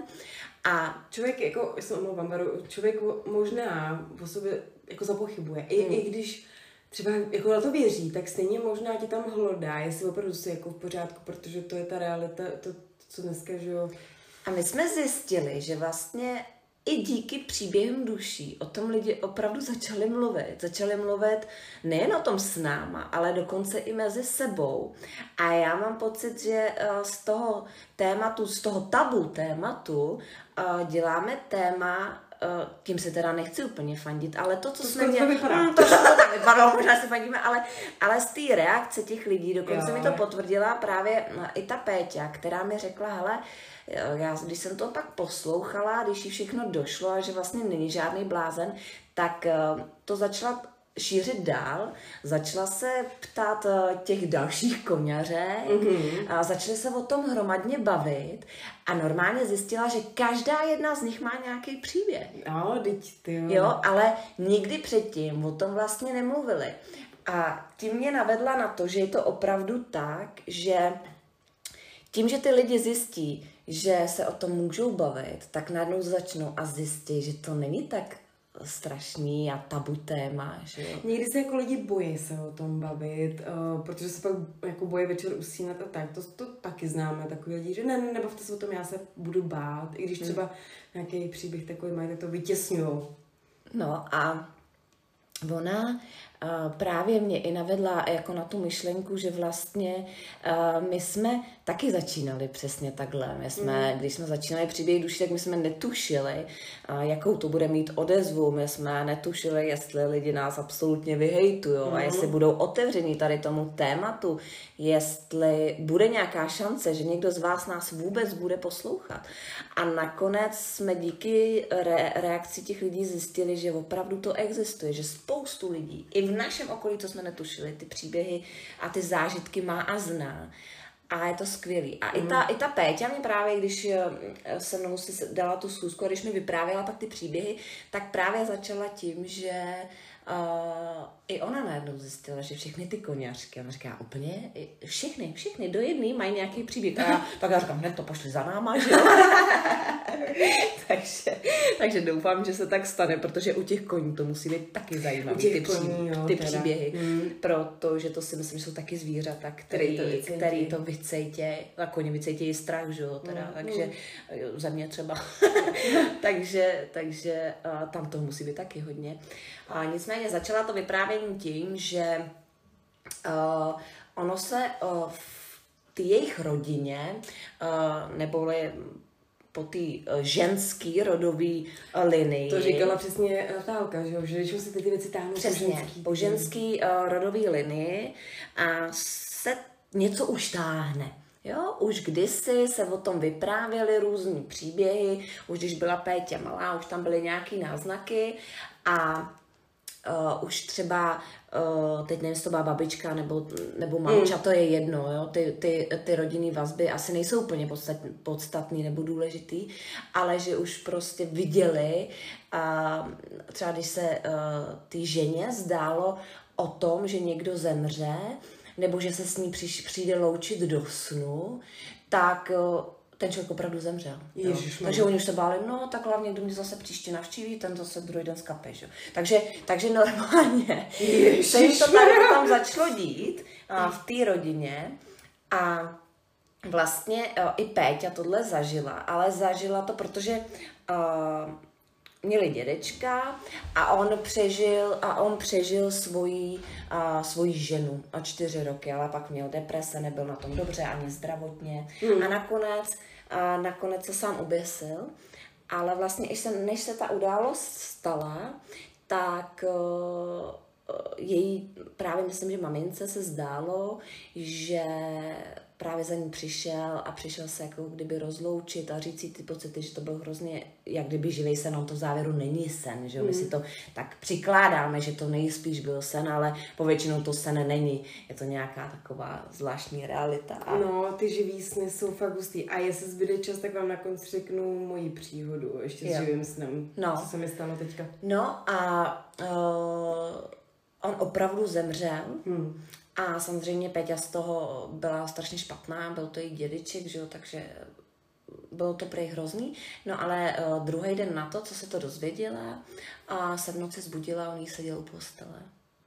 Speaker 2: A
Speaker 1: člověk, jako, jsem omlouvám, člověk možná o sobě jako zapochybuje. I, hmm. i když třeba jako na to věří, tak stejně možná ti tam hlodá, jestli opravdu jsi jako v pořádku, protože to je ta realita, to, co dneska, že jo.
Speaker 2: A my jsme zjistili, že vlastně i díky příběhům duší o tom lidi opravdu začali mluvit. Začali mluvit nejen o tom s náma, ale dokonce i mezi sebou. A já mám pocit, že z toho tématu, z toho tabu tématu děláme téma, tím se teda nechci úplně fandit, ale to, co
Speaker 1: to
Speaker 2: jsme měli...
Speaker 1: To vypadá.
Speaker 2: Mm, to, to tak vypadalo, možná se fandíme, ale, ale z té reakce těch lidí, dokonce jo. mi to potvrdila právě i ta Péťa, která mi řekla, hele, já, když jsem to pak poslouchala, když jí všechno došlo a že vlastně není žádný blázen, tak to začala šířit dál, začala se ptát těch dalších koněřek mm-hmm. a začali se o tom hromadně bavit a normálně zjistila, že každá jedna z nich má nějaký příběh.
Speaker 1: Jo, teď ty jo.
Speaker 2: Jo, ale nikdy předtím o tom vlastně nemluvili. A tím mě navedla na to, že je to opravdu tak, že tím, že ty lidi zjistí, že se o tom můžou bavit, tak najednou začnou a zjistí, že to není tak strašný a tabu téma, že jo.
Speaker 1: Někdy se jako lidi bojí se o tom bavit, uh, protože se pak jako bojí večer usínat a tak, to, to taky známe, takový lidi, že ne, ne, nebavte se o tom, já se budu bát, i když třeba hmm. nějaký příběh takový mají, tak to vytěsňujou.
Speaker 2: No a ona uh, právě mě i navedla jako na tu myšlenku, že vlastně uh, my jsme taky začínali přesně takhle. My jsme, mm. Když jsme začínali příběh duši, tak my jsme netušili, uh, jakou to bude mít odezvu. My jsme netušili, jestli lidi nás absolutně vyhejtujou mm. a jestli budou otevření tady tomu tématu, jestli bude nějaká šance, že někdo z vás nás vůbec bude poslouchat. A nakonec jsme díky re- reakci těch lidí zjistili, že opravdu to existuje, že spoustu lidí, i v našem okolí, co jsme netušili, ty příběhy a ty zážitky má a zná. A je to skvělý. A mm. i, ta, i ta Péťa mi právě, když se mnou si dala tu schůzku a když mi vyprávěla pak ty příběhy, tak právě začala tím, že uh, i ona najednou zjistila, že všechny ty koněřky, ona říká úplně, všechny, všechny do jedné mají nějaký příběh. A já, tak já říkám, hned to pošli za náma, že jo? takže, takže doufám, že se tak stane, protože u těch koní to musí být taky zajímavé, ty,
Speaker 1: koní, jo,
Speaker 2: ty příběhy. Hmm. Protože to si myslím, že jsou taky zvířata, který, který to, který to vycejtějí. A koně vycejtějí strach, že jo? Teda, hmm. Takže za mě třeba. takže takže a, tam toho musí být taky hodně. A nicméně začala to vyprávění tím, že uh, ono se uh, v té jejich rodině, uh, neboli po té ženský rodový linii.
Speaker 1: To říkala přesně Natálka, že, že když si ty, ty věci táhnou
Speaker 2: přesně, po ženský, po ženský uh, rodový linii a se něco už táhne. Jo, už kdysi se o tom vyprávěly různý příběhy, už když byla Péťa malá, už tam byly nějaký náznaky a Uh, už třeba, uh, teď nevím, jestli to byla babička nebo, nebo mamča, mm. to je jedno, jo? Ty, ty, ty rodinné vazby asi nejsou úplně podstat, podstatný nebo důležitý, ale že už prostě viděli, uh, třeba když se uh, ty ženě zdálo o tom, že někdo zemře, nebo že se s ní přiš, přijde loučit do snu, tak uh, ten člověk opravdu zemřel. Takže oni už se báli, no tak hlavně, kdo mě zase příště navštíví, ten zase druhý den skape, že? Takže, takže normálně se jim to tady tam začalo dít a, v té rodině a vlastně a, i Péťa tohle zažila, ale zažila to, protože uh, měli dědečka a on přežil, a on přežil svoji, uh, svoji ženu a čtyři roky, ale pak měl deprese, nebyl na tom dobře ani zdravotně hmm. a nakonec, uh, nakonec se sám oběsil, ale vlastně než se ta událost stala, tak uh, její, právě myslím, že mamince se zdálo, že právě za ní přišel a přišel se jako kdyby rozloučit a říct si ty pocity, že to byl hrozně, jak kdyby živej sen, on to v závěru není sen, že mm. my si to tak přikládáme, že to nejspíš byl sen, ale povětšinou to sen není, je to nějaká taková zvláštní realita. A...
Speaker 1: No, ty živý sny jsou fakt hustý a jestli zbyde čas, tak vám na konci řeknu moji příhodu, ještě s jo. živým snem, no. co se mi stalo teďka.
Speaker 2: No a uh, on opravdu zemřel. Hmm. A samozřejmě Péťa z toho byla strašně špatná, byl to její dědeček, že jo, takže bylo to prej hrozný. No ale uh, druhý den na to, co se to dozvěděla, a se v noci zbudila a on jí seděl u postele.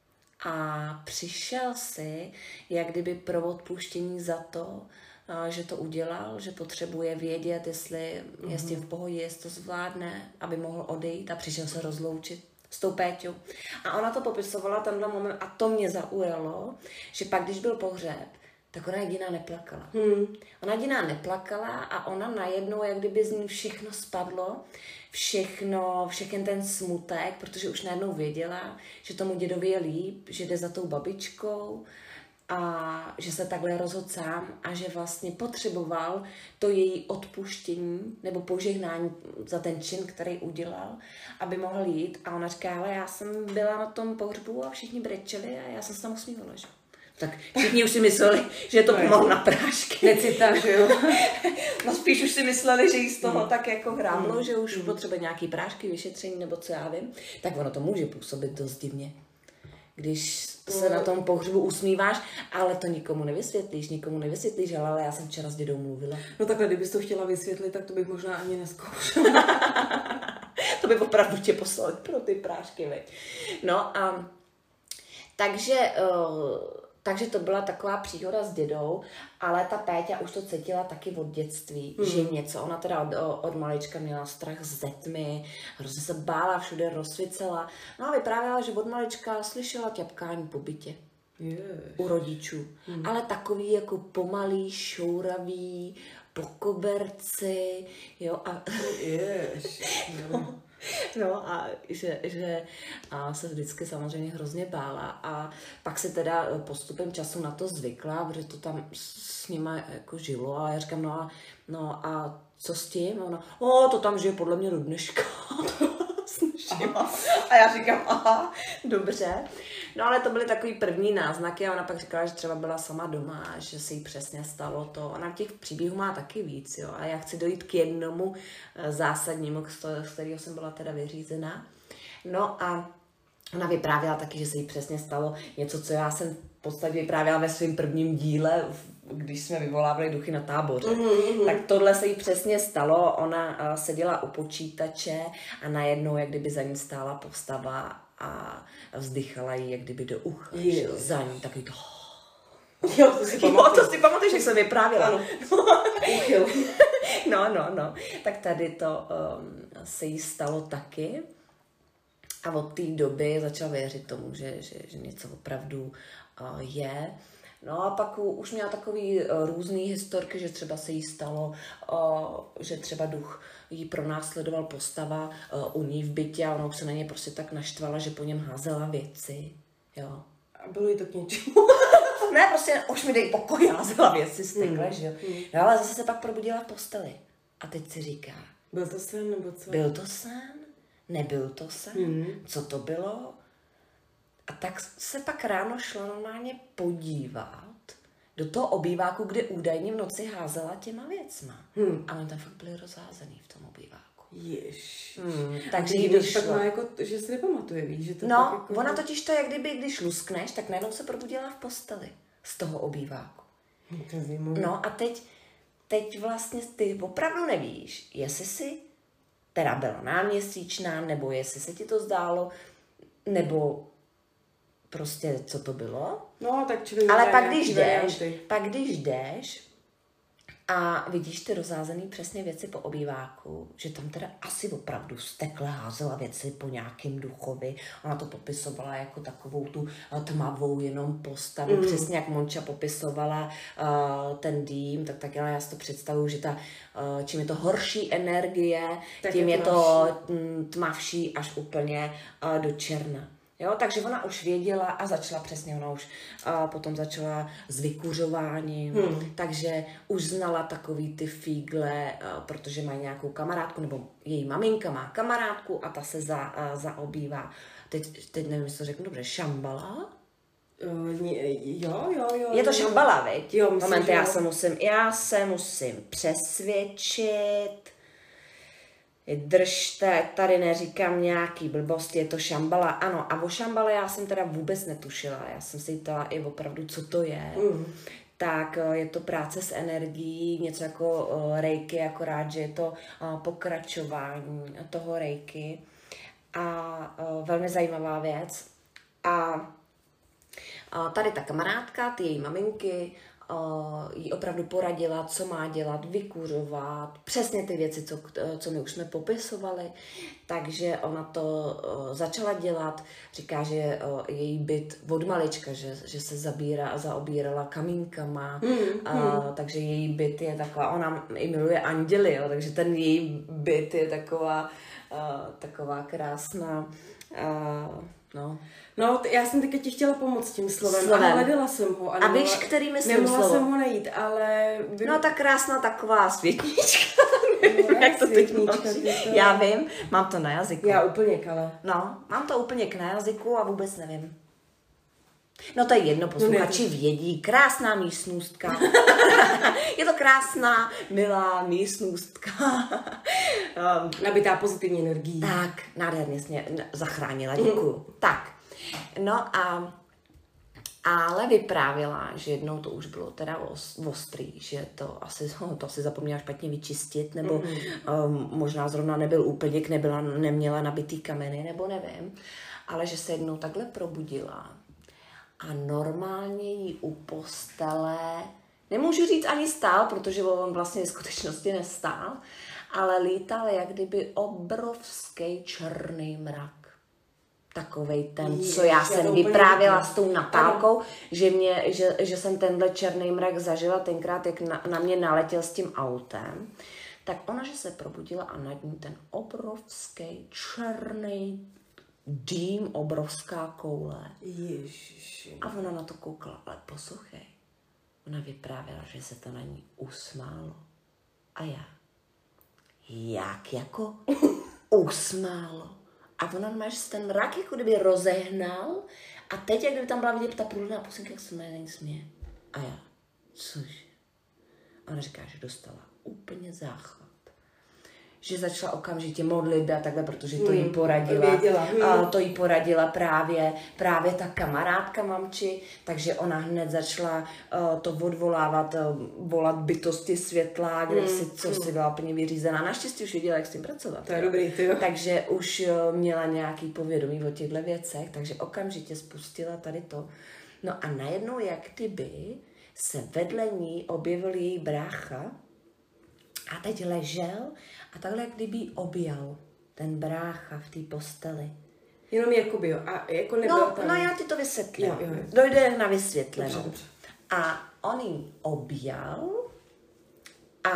Speaker 2: A přišel si, jak kdyby pro odpuštění za to, uh, že to udělal, že potřebuje vědět, jestli mm-hmm. je s tím v pohodě, jestli to zvládne, aby mohl odejít a přišel se rozloučit s tou Péťou. A ona to popisovala tenhle moment a to mě zaujalo, že pak, když byl pohřeb, tak ona jediná neplakala. Hmm. Ona jediná neplakala a ona najednou, jak kdyby z ní všechno spadlo, všechno, všechen ten smutek, protože už najednou věděla, že tomu dědovi je líp, že jde za tou babičkou a že se takhle rozhodl sám a že vlastně potřeboval to její odpuštění nebo požehnání za ten čin, který udělal, aby mohl jít. A ona říká, ale já jsem byla na tom pohřbu a všichni brečeli a já jsem se tam usmívala, že? Tak všichni už si mysleli, že to pomohlo na prášky.
Speaker 1: Necita, že jo?
Speaker 2: No spíš už si mysleli, že jí z toho mm. tak jako hráblo, mm. že už mm. potřebuje nějaký prášky, vyšetření nebo co já vím. Tak ono to může působit dost divně. Když se na tom pohřbu usmíváš, ale to nikomu nevysvětlíš, nikomu nevysvětlíš, ale já jsem včera s dědou mluvila.
Speaker 1: No takhle, kdybys to chtěla vysvětlit, tak to bych možná ani nezkoušela.
Speaker 2: To by opravdu tě poslali pro ty prášky, veď. No a takže... Uh, Takže to byla taková příhoda s dědou, ale ta Péťa už to cítila taky od dětství, mm. že něco. Ona teda od, od malička měla strach ze tmy, hrozně se bála, všude rozsvícela. No a vyprávěla, že od malička slyšela ťapkání po bytě. Jež. U rodičů. Mm. Ale takový jako pomalý, šouravý, po koberci, jo. A...
Speaker 1: Jež.
Speaker 2: no. No a že, že a se vždycky samozřejmě hrozně bála a pak se teda postupem času na to zvykla, protože to tam s nima jako žilo a já říkám, no a, no a co s tím? A ona, o, to tam žije podle mě do dneška. A já říkám, aha, dobře. No ale to byly takový první náznaky a ona pak říkala, že třeba byla sama doma, že se jí přesně stalo to. Ona těch příběhů má taky víc, jo. A já chci dojít k jednomu zásadnímu, z kterého jsem byla teda vyřízená. No a ona vyprávěla taky, že se jí přesně stalo něco, co já jsem v podstatě vyprávěla ve svém prvním díle, když jsme vyvolávali duchy na táboře. Mm-hmm. Tak tohle se jí přesně stalo. Ona uh, seděla u počítače a najednou, jak kdyby za ní stála postava a vzdychala jí, jak kdyby do ucha. Yes. Za ní takový to...
Speaker 1: Jo, to si pamatuju.
Speaker 2: Jo, to si pamatuješ, jak jsem vyprávěla.
Speaker 1: Ano.
Speaker 2: no, no, no. Tak tady to um, se jí stalo taky. A od té doby začala věřit tomu, že, že, že něco opravdu uh, je. No a pak už měla takový uh, různý historky, že třeba se jí stalo, uh, že třeba duch jí pronásledoval postava uh, u ní v bytě a ona už se na něj prostě tak naštvala, že po něm házela věci. Jo.
Speaker 1: A bylo jí to k něčemu?
Speaker 2: Ne, prostě už mi dej pokoj, házela věci z tekle, mm. že jo. Mm. No ale zase se pak probudila v posteli. A teď si říká.
Speaker 1: Byl to sen nebo co?
Speaker 2: Byl to sen? Nebyl to sen? Mm. Co to bylo? A tak se pak ráno šla normálně podívat do toho obýváku, kde údajně v noci házela těma věcma. Hmm. A oni tam fakt byli rozházený v tom obýváku.
Speaker 1: Jež.
Speaker 2: Hmm. Takže
Speaker 1: jí vyšla. Tak má jako, že si nepamatuje, víš? Že to
Speaker 2: no,
Speaker 1: tak jako...
Speaker 2: ona totiž to, jak kdyby, když luskneš, tak najednou se probudila v posteli z toho obýváku.
Speaker 1: Hmm.
Speaker 2: No a teď, teď vlastně ty opravdu nevíš, jestli si teda byla náměsíčná, nebo jestli se ti to zdálo, nebo prostě, co to bylo.
Speaker 1: No, tak člověk
Speaker 2: ale pak když jdeš, pak když jdeš A vidíš ty rozházený přesně věci po obýváku, že tam teda asi opravdu stekle házela věci po nějakým duchovi. Ona to popisovala jako takovou tu tmavou jenom postavu, mm. přesně jak Monča popisovala uh, ten dým, tak tak já si to představuju, že ta, uh, čím je to horší energie, tak tím je, je to mm, tmavší až úplně uh, do černa. Jo, takže ona už věděla a začala přesně, ona už a potom začala s vykuřováním, hmm. takže už znala takový ty fígle, a, protože mají nějakou kamarádku, nebo její maminka má kamarádku a ta se za, a, zaobývá. Teď, teď nevím, jestli to řeknu dobře, Šambala?
Speaker 1: Uh, jo, jo, jo.
Speaker 2: Je to Šambala, viď?
Speaker 1: Jo, myslím,
Speaker 2: Moment,
Speaker 1: že
Speaker 2: já
Speaker 1: jo.
Speaker 2: se musím, já se musím přesvědčit. Držte, tady neříkám nějaký blbosti, je to Šambala. Ano, a o Šambale já jsem teda vůbec netušila. Já jsem si ptala i opravdu, co to je. Mm. Tak je to práce s energií, něco jako uh, reiki, akorát, že je to uh, pokračování toho reiki. A uh, velmi zajímavá věc. A uh, tady ta kamarádka, ty její maminky, Uh, jí opravdu poradila, co má dělat, vykuřovat, přesně ty věci, co, co my už jsme popisovali. Takže ona to uh, začala dělat, říká, že uh, její byt od malička, že, že se zabírá a zaobírala kamínkama, mm, uh, mm. takže její byt je taková, ona i miluje anděly, jo, takže ten její byt je taková, uh, taková krásná, uh, no.
Speaker 1: No, t- já jsem teďka ti chtěla pomoct tím slovem,
Speaker 2: slovem.
Speaker 1: a hledala jsem ho. A,
Speaker 2: a víš, který myslím
Speaker 1: nemohla
Speaker 2: slovo?
Speaker 1: jsem ho najít, ale... Vy...
Speaker 2: No, ta krásná taková světnička.
Speaker 1: No,
Speaker 2: jak to teď
Speaker 1: to...
Speaker 2: Já vím, mám to na jazyku.
Speaker 1: Já úplně, Kale.
Speaker 2: No, mám to úplně k na jazyku a vůbec nevím. No to je jedno, posluchači vědí. Krásná místnostka. Je to krásná, milá místnostka. um,
Speaker 1: Nabitá pozitivní energií.
Speaker 2: Tak, nádherně jsi mě zachránila, děkuju. Mm. Tak, no a ale vyprávěla, že jednou to už bylo teda ostrý, že to asi, to asi zapomněla špatně vyčistit, nebo mm-hmm. um, možná zrovna nebyl úplněk, nebyla, neměla nabitý kameny, nebo nevím, ale že se jednou takhle probudila a normálně jí u postele, nemůžu říct ani stál, protože on vlastně v skutečnosti nestál, ale lítal jak kdyby obrovský černý mrak. Takovej ten, co já jsem vyprávěla s tou Natálkou, že, mě, že, že jsem tenhle černý mrak zažila tenkrát, jak na, na mě naletěl s tím autem. Tak ona, že se probudila a nad ní ten obrovský černý dým, obrovská koule.
Speaker 1: Ježiši.
Speaker 2: A ona na to koukala, ale poslouchej. Ona vyprávěla, že se to na ní usmálo. A já. Jak jako usmálo? A ona máš ten mrak, jako kdyby rozehnal a teď, jak kdyby tam byla vidět ta průhledná pusinka, jak se na ní směje. A já, což? A ona říká, že dostala úplně záchvat. Že začala okamžitě modlit a takhle, protože to jí poradila.
Speaker 1: Hmm,
Speaker 2: a to jí poradila právě, právě ta kamarádka mamči, takže ona hned začala uh, to odvolávat, uh, volat bytosti světla, kde hmm, si, co hmm. si byla úplně vyřízená. Naštěstí už věděla, jak s tím pracovat.
Speaker 1: To je dobrý, ty jo.
Speaker 2: Takže už uh, měla nějaký povědomí o těchto věcech, takže okamžitě spustila tady to. No a najednou, jak kdyby se vedle ní objevil její brácha a teď ležel a takhle, jak kdyby objal ten brácha v té posteli.
Speaker 1: Jenom jakoby, jo. A jako nebyl
Speaker 2: no,
Speaker 1: tam...
Speaker 2: no já ti to vysvětlím.
Speaker 1: Jo, jo, jo.
Speaker 2: Dojde na vysvětlenou.
Speaker 1: Dobře, dobře.
Speaker 2: A on jí objal a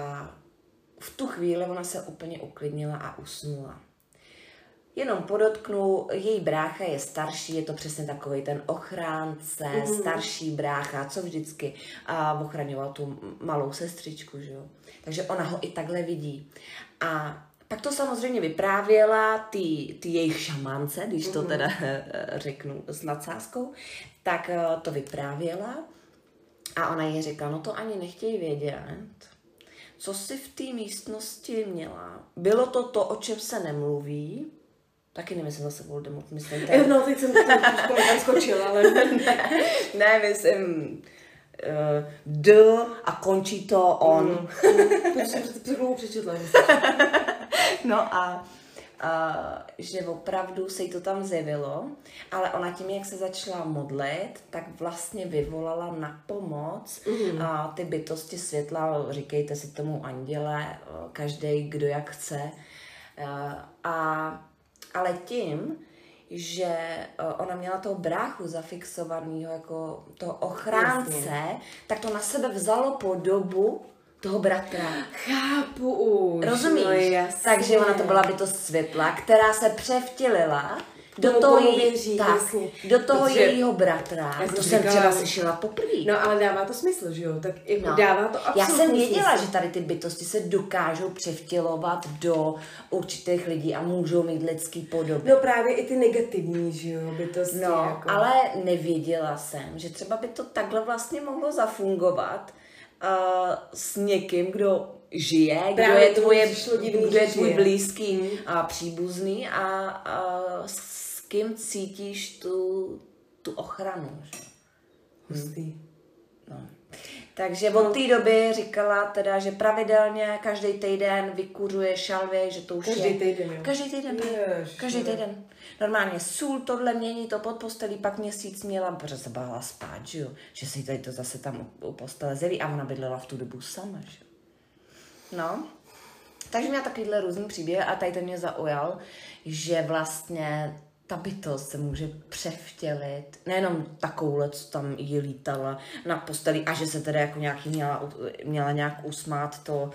Speaker 2: v tu chvíli ona se úplně uklidnila a usnula. Jenom podotknu, její brácha je starší, je to přesně takovej ten ochránce, mm. starší brácha, co vždycky a ochraňoval tu malou sestřičku, že jo. Takže ona ho i takhle vidí. A pak to samozřejmě vyprávěla ty, ty jejich šamánce, když to mm. teda řeknu s nadsázkou, tak to vyprávěla a ona jí řekla, no to ani nechtějí vědět, co jsi v té místnosti měla. Bylo to to, o čem se nemluví. Taky nemyslím zase Voldemort, myslím ten...
Speaker 1: No, teď jsem to tam skočila, ale...
Speaker 2: ne, ne, myslím uh, D a končí to on.
Speaker 1: Mm. To jsem před chvilkou přečetla.
Speaker 2: No a že opravdu se jí to tam zjevilo, ale ona tím, jak se začala modlit, tak vlastně vyvolala na pomoc mm. a ty bytosti světla, říkejte si tomu anděle, každý, kdo jak chce. A, ale tím, že ona měla toho bráchu zafixovaného jako toho ochránce, Jasně. tak to na sebe vzalo podobu toho bratra.
Speaker 1: Chápu už.
Speaker 2: Rozumíš? No, takže ona to byla bytost světla, která se převtělila do
Speaker 1: Tomu
Speaker 2: toho,
Speaker 1: věří,
Speaker 2: tak, do toho
Speaker 1: Protože
Speaker 2: jejího bratra. To jsem
Speaker 1: říkala,
Speaker 2: třeba slyšela poprvé.
Speaker 1: No ale dává to smysl, že jo? Tak jako
Speaker 2: no.
Speaker 1: dává to absolutně
Speaker 2: Já jsem věděla,
Speaker 1: smysl.
Speaker 2: že tady ty bytosti se dokážou převtělovat do určitých lidí a můžou mít lidský podoby.
Speaker 1: No právě i ty negativní, že jo, bytosti.
Speaker 2: No,
Speaker 1: jako.
Speaker 2: ale nevěděla jsem, že třeba by to takhle vlastně mohlo zafungovat uh, s někým, kdo žije, kdo
Speaker 1: Právě
Speaker 2: je, tvoje,
Speaker 1: divný,
Speaker 2: kdo je tvůj
Speaker 1: žije.
Speaker 2: blízký mm. a příbuzný a, a s kým cítíš tu, tu ochranu. Že?
Speaker 1: Hustý.
Speaker 2: No. Takže od té doby říkala teda, že pravidelně každý týden vykuřuje šalvě, že to už
Speaker 1: Každý
Speaker 2: je...
Speaker 1: týden, jo.
Speaker 2: Každý týden,
Speaker 1: Jež,
Speaker 2: každý týden. Normálně sůl, tohle mění to pod postelí, pak měsíc měla, protože se bála spát, že jo, že si tady to zase tam u, u postele zjeví a ona bydlela v tu dobu sama, že jo. No, takže měla takovýhle různý příběh a tady ten mě zaujal, že vlastně ta bytost se může převtělit, nejenom takovouhle, co tam jí lítala na posteli a že se teda jako nějaký měla, měla nějak usmát, to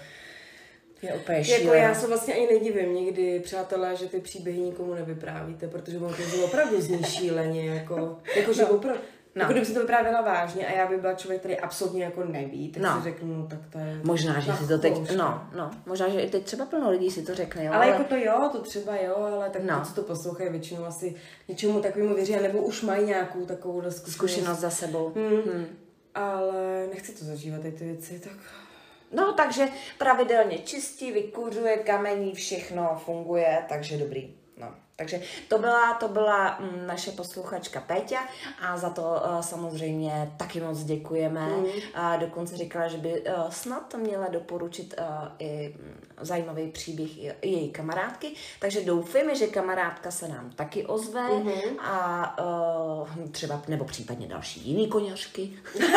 Speaker 2: je úplně šílené.
Speaker 1: Jako já se vlastně ani nedivím někdy, přátelé, že ty příběhy nikomu nevyprávíte, protože on to opravdu zní šíleně, jako, jako že
Speaker 2: no.
Speaker 1: opravdu...
Speaker 2: No.
Speaker 1: Jako kdyby si to vyprávěla vážně a já by byla člověk, který absolutně jako neví, tak
Speaker 2: no.
Speaker 1: si řeknu, no, tak to je...
Speaker 2: Možná, že si to teď, no, no, možná, že i teď třeba plno lidí si to řekne, jo.
Speaker 1: Ale, ale jako to jo, to třeba jo, ale tak
Speaker 2: no.
Speaker 1: to, co to poslouchají, většinou asi něčemu takovému věří, nebo už mají nějakou takovou zkušenost.
Speaker 2: Zkušenost za sebou.
Speaker 1: Hmm.
Speaker 2: Hmm.
Speaker 1: Ale nechci to zažívat, ty věci, tak...
Speaker 2: No, takže pravidelně čistí, vykuřuje, kamení, všechno funguje, takže dobrý. No. Takže to byla, to byla mm, naše posluchačka Péťa a za to uh, samozřejmě taky moc děkujeme. Mm. A dokonce říkala, že by uh, snad měla doporučit uh, i zajímavý příběh i, i její kamarádky, takže doufáme, že kamarádka se nám taky ozve mm-hmm. a uh, třeba, nebo případně další jiný koněřky.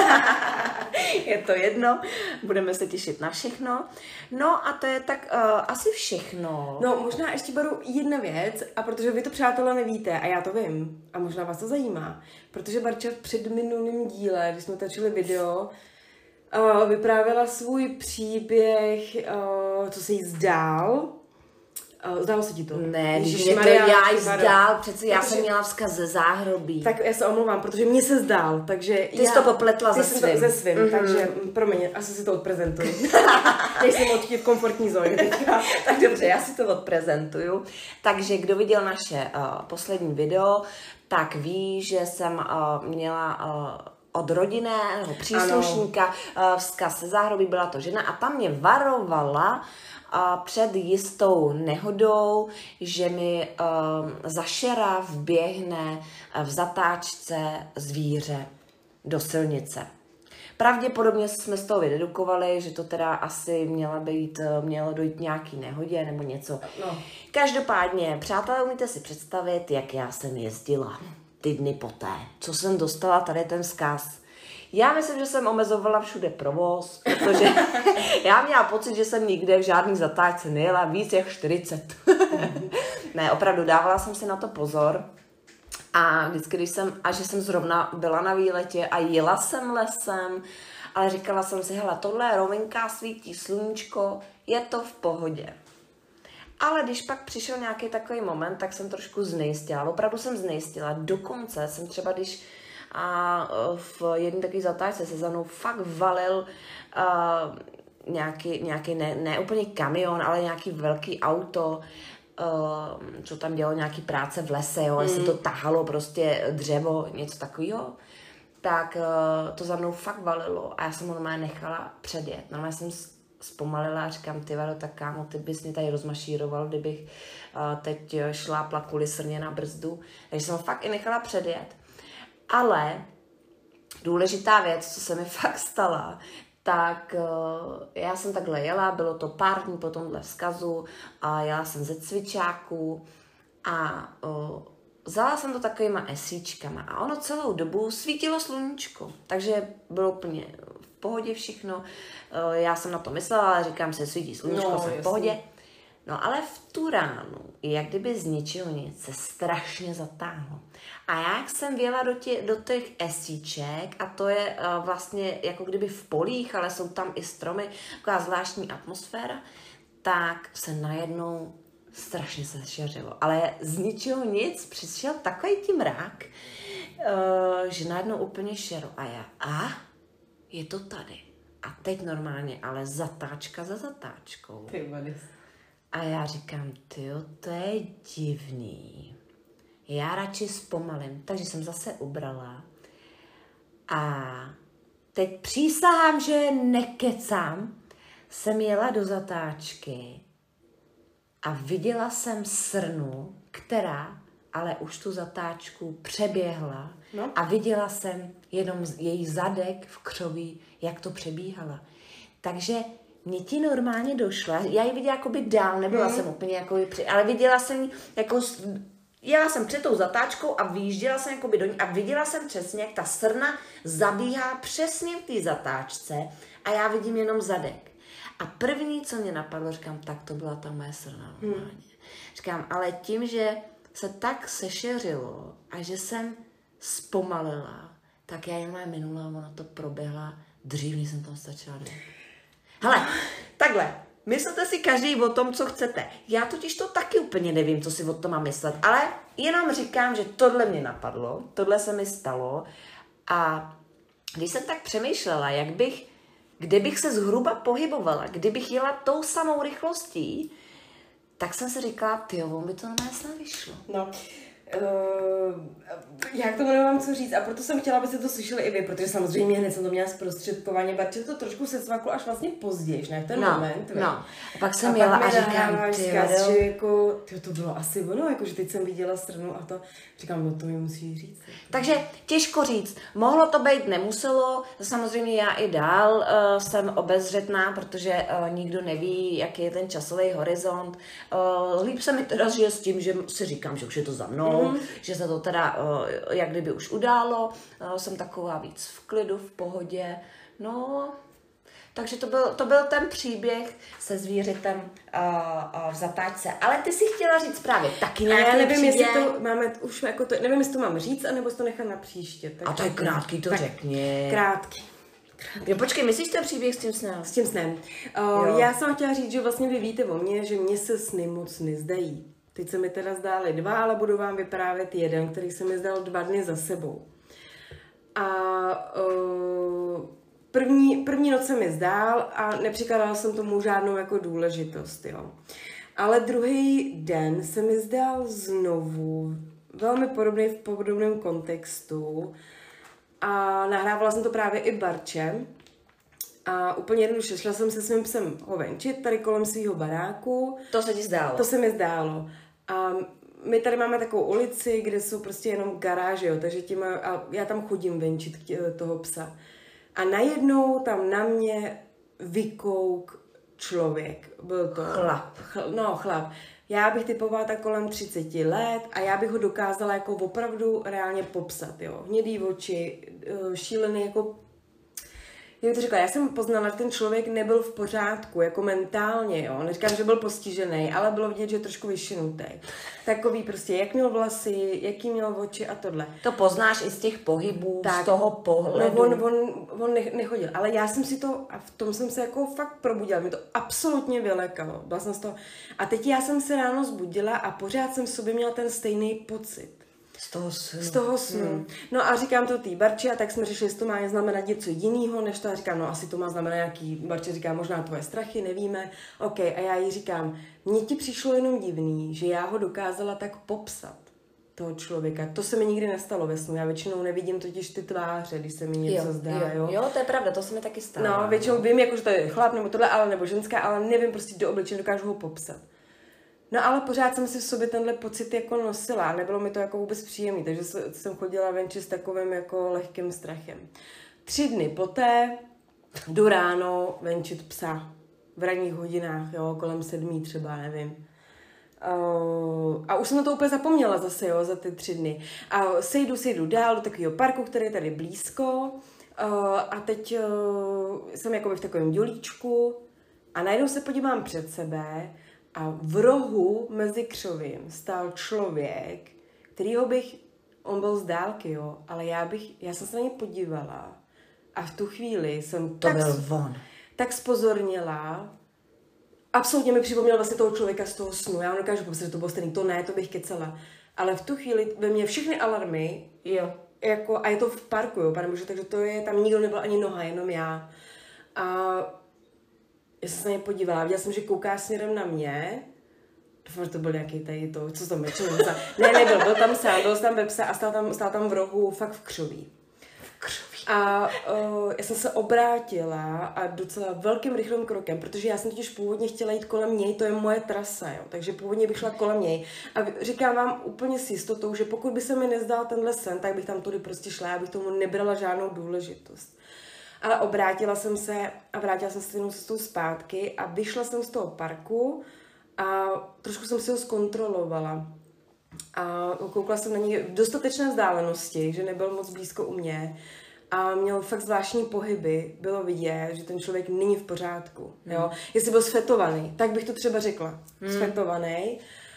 Speaker 2: Je to jedno, budeme se těšit na všechno. No a to je tak uh, asi všechno.
Speaker 1: No možná ještě beru jedna věc, a protože vy to, přátelé, nevíte a já to vím a možná vás to zajímá, protože Barča v předminulém díle, když jsme točili video, uh, vyprávěla svůj příběh, uh, co se jí zdál. Uh, zdálo se ti to?
Speaker 2: Ne, když mě to já jí zdál, přece já jsem měla vzkaz ze záhrobí.
Speaker 1: Tak já se omlouvám, protože mě se zdál, takže
Speaker 2: Ty
Speaker 1: já,
Speaker 2: jsi to popletla
Speaker 1: ze
Speaker 2: svým.
Speaker 1: ze svým, mm-hmm. takže promiň, asi si to odprezentuji. Nejsem určitě v komfortní zóně teďka.
Speaker 2: Tak dobře, já si to odprezentuju. Takže kdo viděl naše uh, poslední video, tak ví, že jsem uh, měla... Uh, od rodinného příslušníka ano. vzkaz se záhrobí, byla to žena a tam mě varovala a před jistou nehodou, že mi um, za šera vběhne v zatáčce zvíře do silnice. Pravděpodobně jsme z toho vydedukovali, že to teda asi měla být, mělo dojít nějaký nehodě nebo něco. No. Každopádně, přátelé, umíte si představit, jak já jsem jezdila ty dny poté, co jsem dostala tady ten vzkaz. Já myslím, že jsem omezovala všude provoz, protože já měla pocit, že jsem nikde v žádný zatáčce nejela víc jak čtyřicet. Ne, opravdu dávala jsem si na to pozor. A vždycky, když jsem, a že jsem zrovna byla na výletě a jela jsem lesem, ale říkala jsem si, hele, tohle je rovinka, svítí sluníčko, je to v pohodě. Ale když pak přišel nějaký takový moment, tak jsem trošku znejistila. Opravdu jsem znejistila. Dokonce jsem třeba, když a v jedné takové zatáčce se za mnou fakt valil uh, nějaký, nějaký ne, ne úplně kamion, ale nějaký velký auto, uh, co tam dělalo nějaký práce v lese, jo, mm. jestli to tahalo prostě dřevo, něco takového, tak uh, to za mnou fakt valilo a já jsem ho normálně nechala předjet. Normálně jsem zpomalila a říkám, ty vado, tak kámo, ty bys mě tady rozmašíroval, kdybych uh, teď šlápla kvůli srně na brzdu. Takže jsem ho fakt i nechala předjet. Ale důležitá věc, co se mi fakt stala, tak já jsem takhle jela, bylo to pár dní po tomhle vzkazu a jela jsem ze cvičáků a o, vzala jsem to takovýma esíčkama a ono celou dobu svítilo sluníčko, takže bylo úplně v pohodě všechno. Já jsem na to myslela, ale říkám si, svítí sluníčko, no, jsem v pohodě. No ale v tu ránu, jak kdyby z ničeho nic, se strašně zatáhlo. A já, jak jsem vjela do, tě, do těch esíček, a to je uh, vlastně jako kdyby v polích, ale jsou tam i stromy, taková zvláštní atmosféra, tak se najednou strašně se šeřilo. Ale z ničeho nic přišel takový tím mrák, uh, že najednou úplně šero. A já, a je to tady. A teď normálně, ale zatáčka za zatáčkou.
Speaker 1: Ty vady.
Speaker 2: A já říkám, tyjo, to je divný. Já radši zpomalím. Takže jsem zase ubrala. A teď přísahám, že nekecám. Jsem jela do zatáčky a viděla jsem srnu, která ale už tu zatáčku přeběhla. No. A viděla jsem jenom její zadek v křoví, jak to přebíhala. Takže mě ti normálně došla, já ji viděla jakoby dál, nebyla hmm. jsem úplně jakoby při, ale viděla jsem jako, jela jsem před tou zatáčkou a vyjížděla jsem jakoby do ní a viděla jsem přesně, jak ta srna zabíhá přesně v té zatáčce a já vidím jenom zadek. A první, co mě napadlo, říkám, tak to byla ta moje srna normálně. Hmm. Říkám, ale tím, že se tak sešeřilo a že jsem zpomalila, tak já jen minula, ona to proběhla dřív, než jsem tam stačila do. Hele, takhle, myslete si každý o tom, co chcete. Já totiž to taky úplně nevím, co si o tom mám myslet, ale jenom říkám, že tohle mě napadlo, tohle se mi stalo a když jsem tak přemýšlela, jak bych, kde bych se zhruba pohybovala, kdybych jela tou samou rychlostí, tak jsem si říkala, tyjo, on by to na mě snad vyšlo.
Speaker 1: No, Uh, já k tomu nemám co říct a proto jsem chtěla, abyste to slyšeli i vy, protože samozřejmě hned jsem to měla zprostředkovaně, protože to trošku se svaklo až vlastně později, ne v ten
Speaker 2: no,
Speaker 1: moment.
Speaker 2: No, a pak jsem a jela a říkám, ty
Speaker 1: že jako, tyjo, to bylo asi ono, jako, že teď jsem viděla stranu a to, říkám, no to mi musí říct.
Speaker 2: Takže těžko říct, mohlo to být, nemuselo, samozřejmě já i dál uh, jsem obezřetná, protože uh, nikdo neví, jaký je ten časový horizont. Uh, líp se mi teda žije s tím, že si říkám, že už je to za mnou, mm. že se to teda uh, jak kdyby už událo, uh, jsem taková víc v klidu, v pohodě, no, takže to byl, to byl ten příběh se zvířetem uh, uh, v zatáčce, ale ty si chtěla říct právě taky nějaký
Speaker 1: já nevím,
Speaker 2: příběh.
Speaker 1: jestli to máme už jako to, nevím, jestli to mám říct, anebo si to nechat na příště.
Speaker 2: Tak a to je krátký, to řekni.
Speaker 1: Krátký.
Speaker 2: Jo, počkej, myslíš ten příběh s tím snem?
Speaker 1: S tím snem. Uh, já jsem chtěla říct, že vlastně vy víte o mně, že mně se sny moc nezdají. Teď se mi teda zdály dva, ale budu vám vyprávět jeden, který se mi zdal dva dny za sebou. A uh, první, první noc se mi zdál a nepřikládala jsem tomu žádnou jako důležitost, jo. Ale druhý den se mi zdál znovu velmi podobný v podobném kontextu a nahrávala jsem to právě i Barče. A úplně jednoduše, šla jsem se svým psem ho venčit tady kolem svého baráku.
Speaker 2: To se ti zdálo?
Speaker 1: To se mi zdálo. A my tady máme takovou ulici, kde jsou prostě jenom garáže, jo, takže tím, a já tam chodím venčit toho psa. A najednou tam na mě vykouk člověk. Byl to...
Speaker 2: Chlap.
Speaker 1: Chl, no, chlap. Já bych typovala tak kolem třicet let a já bych ho dokázala jako opravdu reálně popsat, jo. Hnědý oči, šílený jako... Já bych to řekla, já jsem poznala, že ten člověk nebyl v pořádku, jako mentálně, jo. Neříkám, že byl postižený, ale bylo vidět, že je trošku vyšinutý. Takový prostě, jak měl vlasy, jaký měl oči a tohle.
Speaker 2: To poznáš i z těch pohybů, tak, z toho pohledu.
Speaker 1: No on, on, on nechodil, ale já jsem si to, a v tom jsem se jako fakt probudila, mě to absolutně vylekalo. Byla jsem z toho. A teď já jsem se ráno zbudila a pořád jsem v sobě měla ten stejný pocit.
Speaker 2: Z toho snu.
Speaker 1: Z toho snu. Hmm. No a říkám to tý Barči a tak jsme řešili, jestli to má znamenat něco jiného, než to. A říkám, no asi to má znamenat nějaký, Barči říká, možná tvoje strachy, nevíme. OK, a já jí říkám, mně ti přišlo jenom divný, že já ho dokázala tak popsat, toho člověka. To se mi nikdy nestalo ve snu. Já většinou nevidím totiž ty tváře, když se mi něco
Speaker 2: jo,
Speaker 1: zdá,
Speaker 2: jo.
Speaker 1: jo.
Speaker 2: Jo, to je pravda, to se mi taky stalo.
Speaker 1: No, většinou vím, jako, že to je chlap nebo tohle, ale nebo ženská, ale nevím prostě do obličeje, dokážu ho popsat. No ale pořád jsem si v sobě tenhle pocit jako nosila, nebylo mi to jako vůbec příjemný, takže jsem chodila venči s takovým jako lehkým strachem. Tři dny poté jdu ráno venčit psa v ranních hodinách, jo, kolem sedmí třeba, nevím. Uh, a už jsem na to úplně zapomněla zase, jo, za ty tři dny. A sejdu, sejdu dál do takového parku, který je tady blízko. Uh, a teď uh, jsem jakoby v takovém dělíčku a najednou se podívám před sebe a v rohu mezi křovím stál člověk, kterýho bych, on byl z dálky, jo, ale já bych, já jsem se na ně podívala a v tu chvíli jsem
Speaker 2: To
Speaker 1: tak,
Speaker 2: byl on.
Speaker 1: tak spozornila. Absolutně mi připomněl vlastně toho člověka z toho snu. Já vám dokážu popsat, že to bylo stejný, to ne, to bych kecela. Ale v tu chvíli ve mně všechny alarmy,
Speaker 2: Jo.
Speaker 1: jako, a je to v parku, jo, pane bože, takže to je, tam nikdo nebyl ani noha, jenom já. A já jsem se na ně podívala, viděla jsem, že kouká směrem na mě. Doufám, že to byl nějaký tady to, co to mečil. Ne, nebyl, byl tam sám, byl tam ve psa a stál tam, stál tam v rohu, fakt v křoví. A uh, já jsem se obrátila a docela velkým rychlým krokem, protože já jsem totiž původně chtěla jít kolem něj, to je moje trasa, jo, takže původně bych šla kolem něj. A říkám vám úplně s jistotou, že pokud by se mi nezdál tenhle sen, tak bych tam tudy prostě šla, abych tomu nebrala žádnou důležitost. Ale obrátila jsem se a vrátila jsem se stejnou cestou zpátky a vyšla jsem z toho parku a trošku jsem si ho zkontrolovala. A koukala jsem na něj v dostatečné vzdálenosti, že nebyl moc blízko u mě. A měl fakt zvláštní pohyby. Bylo vidět, že ten člověk není v pořádku. Jo? Hmm. Jestli byl sfetovaný, tak bych to třeba řekla. Hmm. Sfetovaný.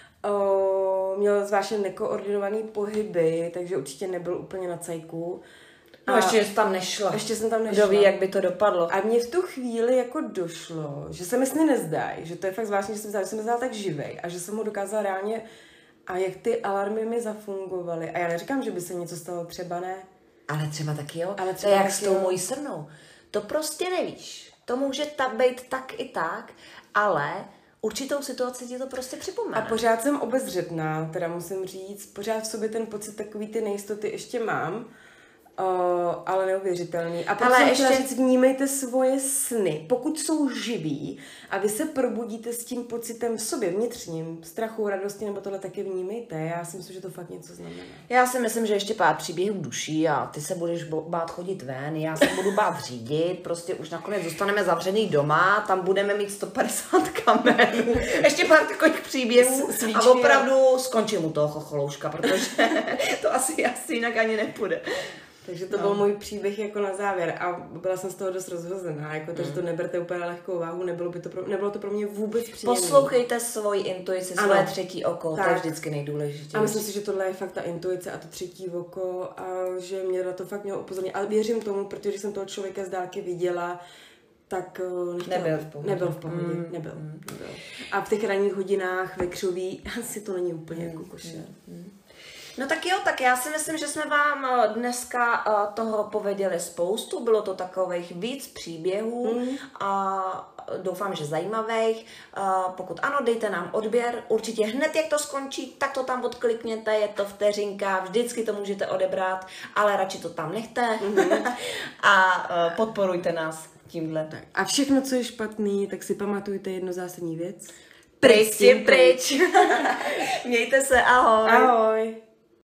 Speaker 1: O, měl zvláštně nekoordinovaný pohyby, takže určitě nebyl úplně na cajku.
Speaker 2: No a ještě jsi tam nešla.
Speaker 1: Ještě jsem tam nešla.
Speaker 2: Kdo ví, jak by to dopadlo.
Speaker 1: A mně v tu chvíli jako došlo, že se mi sny nezdají, že to je fakt zvláštní, že jsem se mi zdál tak živej a že jsem ho dokázala reálně a jak ty alarmy mi zafungovaly. A já neříkám, že by se něco stalo, třeba ne.
Speaker 2: Ale třeba taky jo.
Speaker 1: Ale
Speaker 2: třeba to je jak
Speaker 1: taky
Speaker 2: s tou
Speaker 1: jo.
Speaker 2: mojí srnou. To prostě nevíš. To může ta být tak i tak, ale určitou situaci ti to prostě připomene.
Speaker 1: A pořád jsem obezřetná, teda musím říct, pořád v sobě ten pocit takový ty nejistoty ještě mám, uh, ale neuvěřitelný. A proto jsem chtěla říct, vnímejte svoje sny, pokud jsou živí a vy se probudíte s tím pocitem v sobě, vnitřním, strachu, radosti, nebo tohle taky vnímejte. Já si myslím, že to fakt něco znamená.
Speaker 2: Já si myslím, že ještě pár příběhů duší a ty se budeš bát chodit ven, já se budu bát řídit, prostě už nakonec zůstaneme zavřený doma, tam budeme mít sto padesát kamer, ještě pár takových příběhů a opravdu skončím u toho chocholouška, protože to asi, asi jinak ani nepůjde.
Speaker 1: Takže to no. byl můj příběh jako na závěr a byla jsem z toho dost rozhozená, jako to, mm. že to neberte úplně na lehkou váhu, nebylo, by to pro, nebylo to pro mě vůbec příjemné.
Speaker 2: Poslouchejte svoji intuici,
Speaker 1: ano.
Speaker 2: svoje třetí oko,
Speaker 1: tak.
Speaker 2: to je vždycky nejdůležitější.
Speaker 1: A myslím si, že tohle je fakt ta intuice a to třetí oko a že mě na to fakt mělo upozornit. Ale věřím tomu, protože jsem toho člověka z dálky viděla, tak nechtěla,
Speaker 2: nebyl v pohodě.
Speaker 1: Nebyl v pohodě, mm. nebyl, nebyl. A v těch ranních hodinách ve křoví asi to není úplně mm. jako košer. Mm.
Speaker 2: No tak jo, tak já si myslím, že jsme vám dneska toho pověděli spoustu, bylo to takových víc příběhů mm. a doufám, že zajímavých. Pokud ano, dejte nám odběr, určitě hned, jak to skončí, tak to tam odklikněte, je to vteřinka, vždycky to můžete odebrat, ale radši to tam nechte mm. a podporujte nás tímhle.
Speaker 1: Tak. A všechno, co je špatný, tak si pamatujte jednu zásadní věc.
Speaker 2: Pryč s tím pryč. Mějte se, ahoj.
Speaker 1: Ahoj.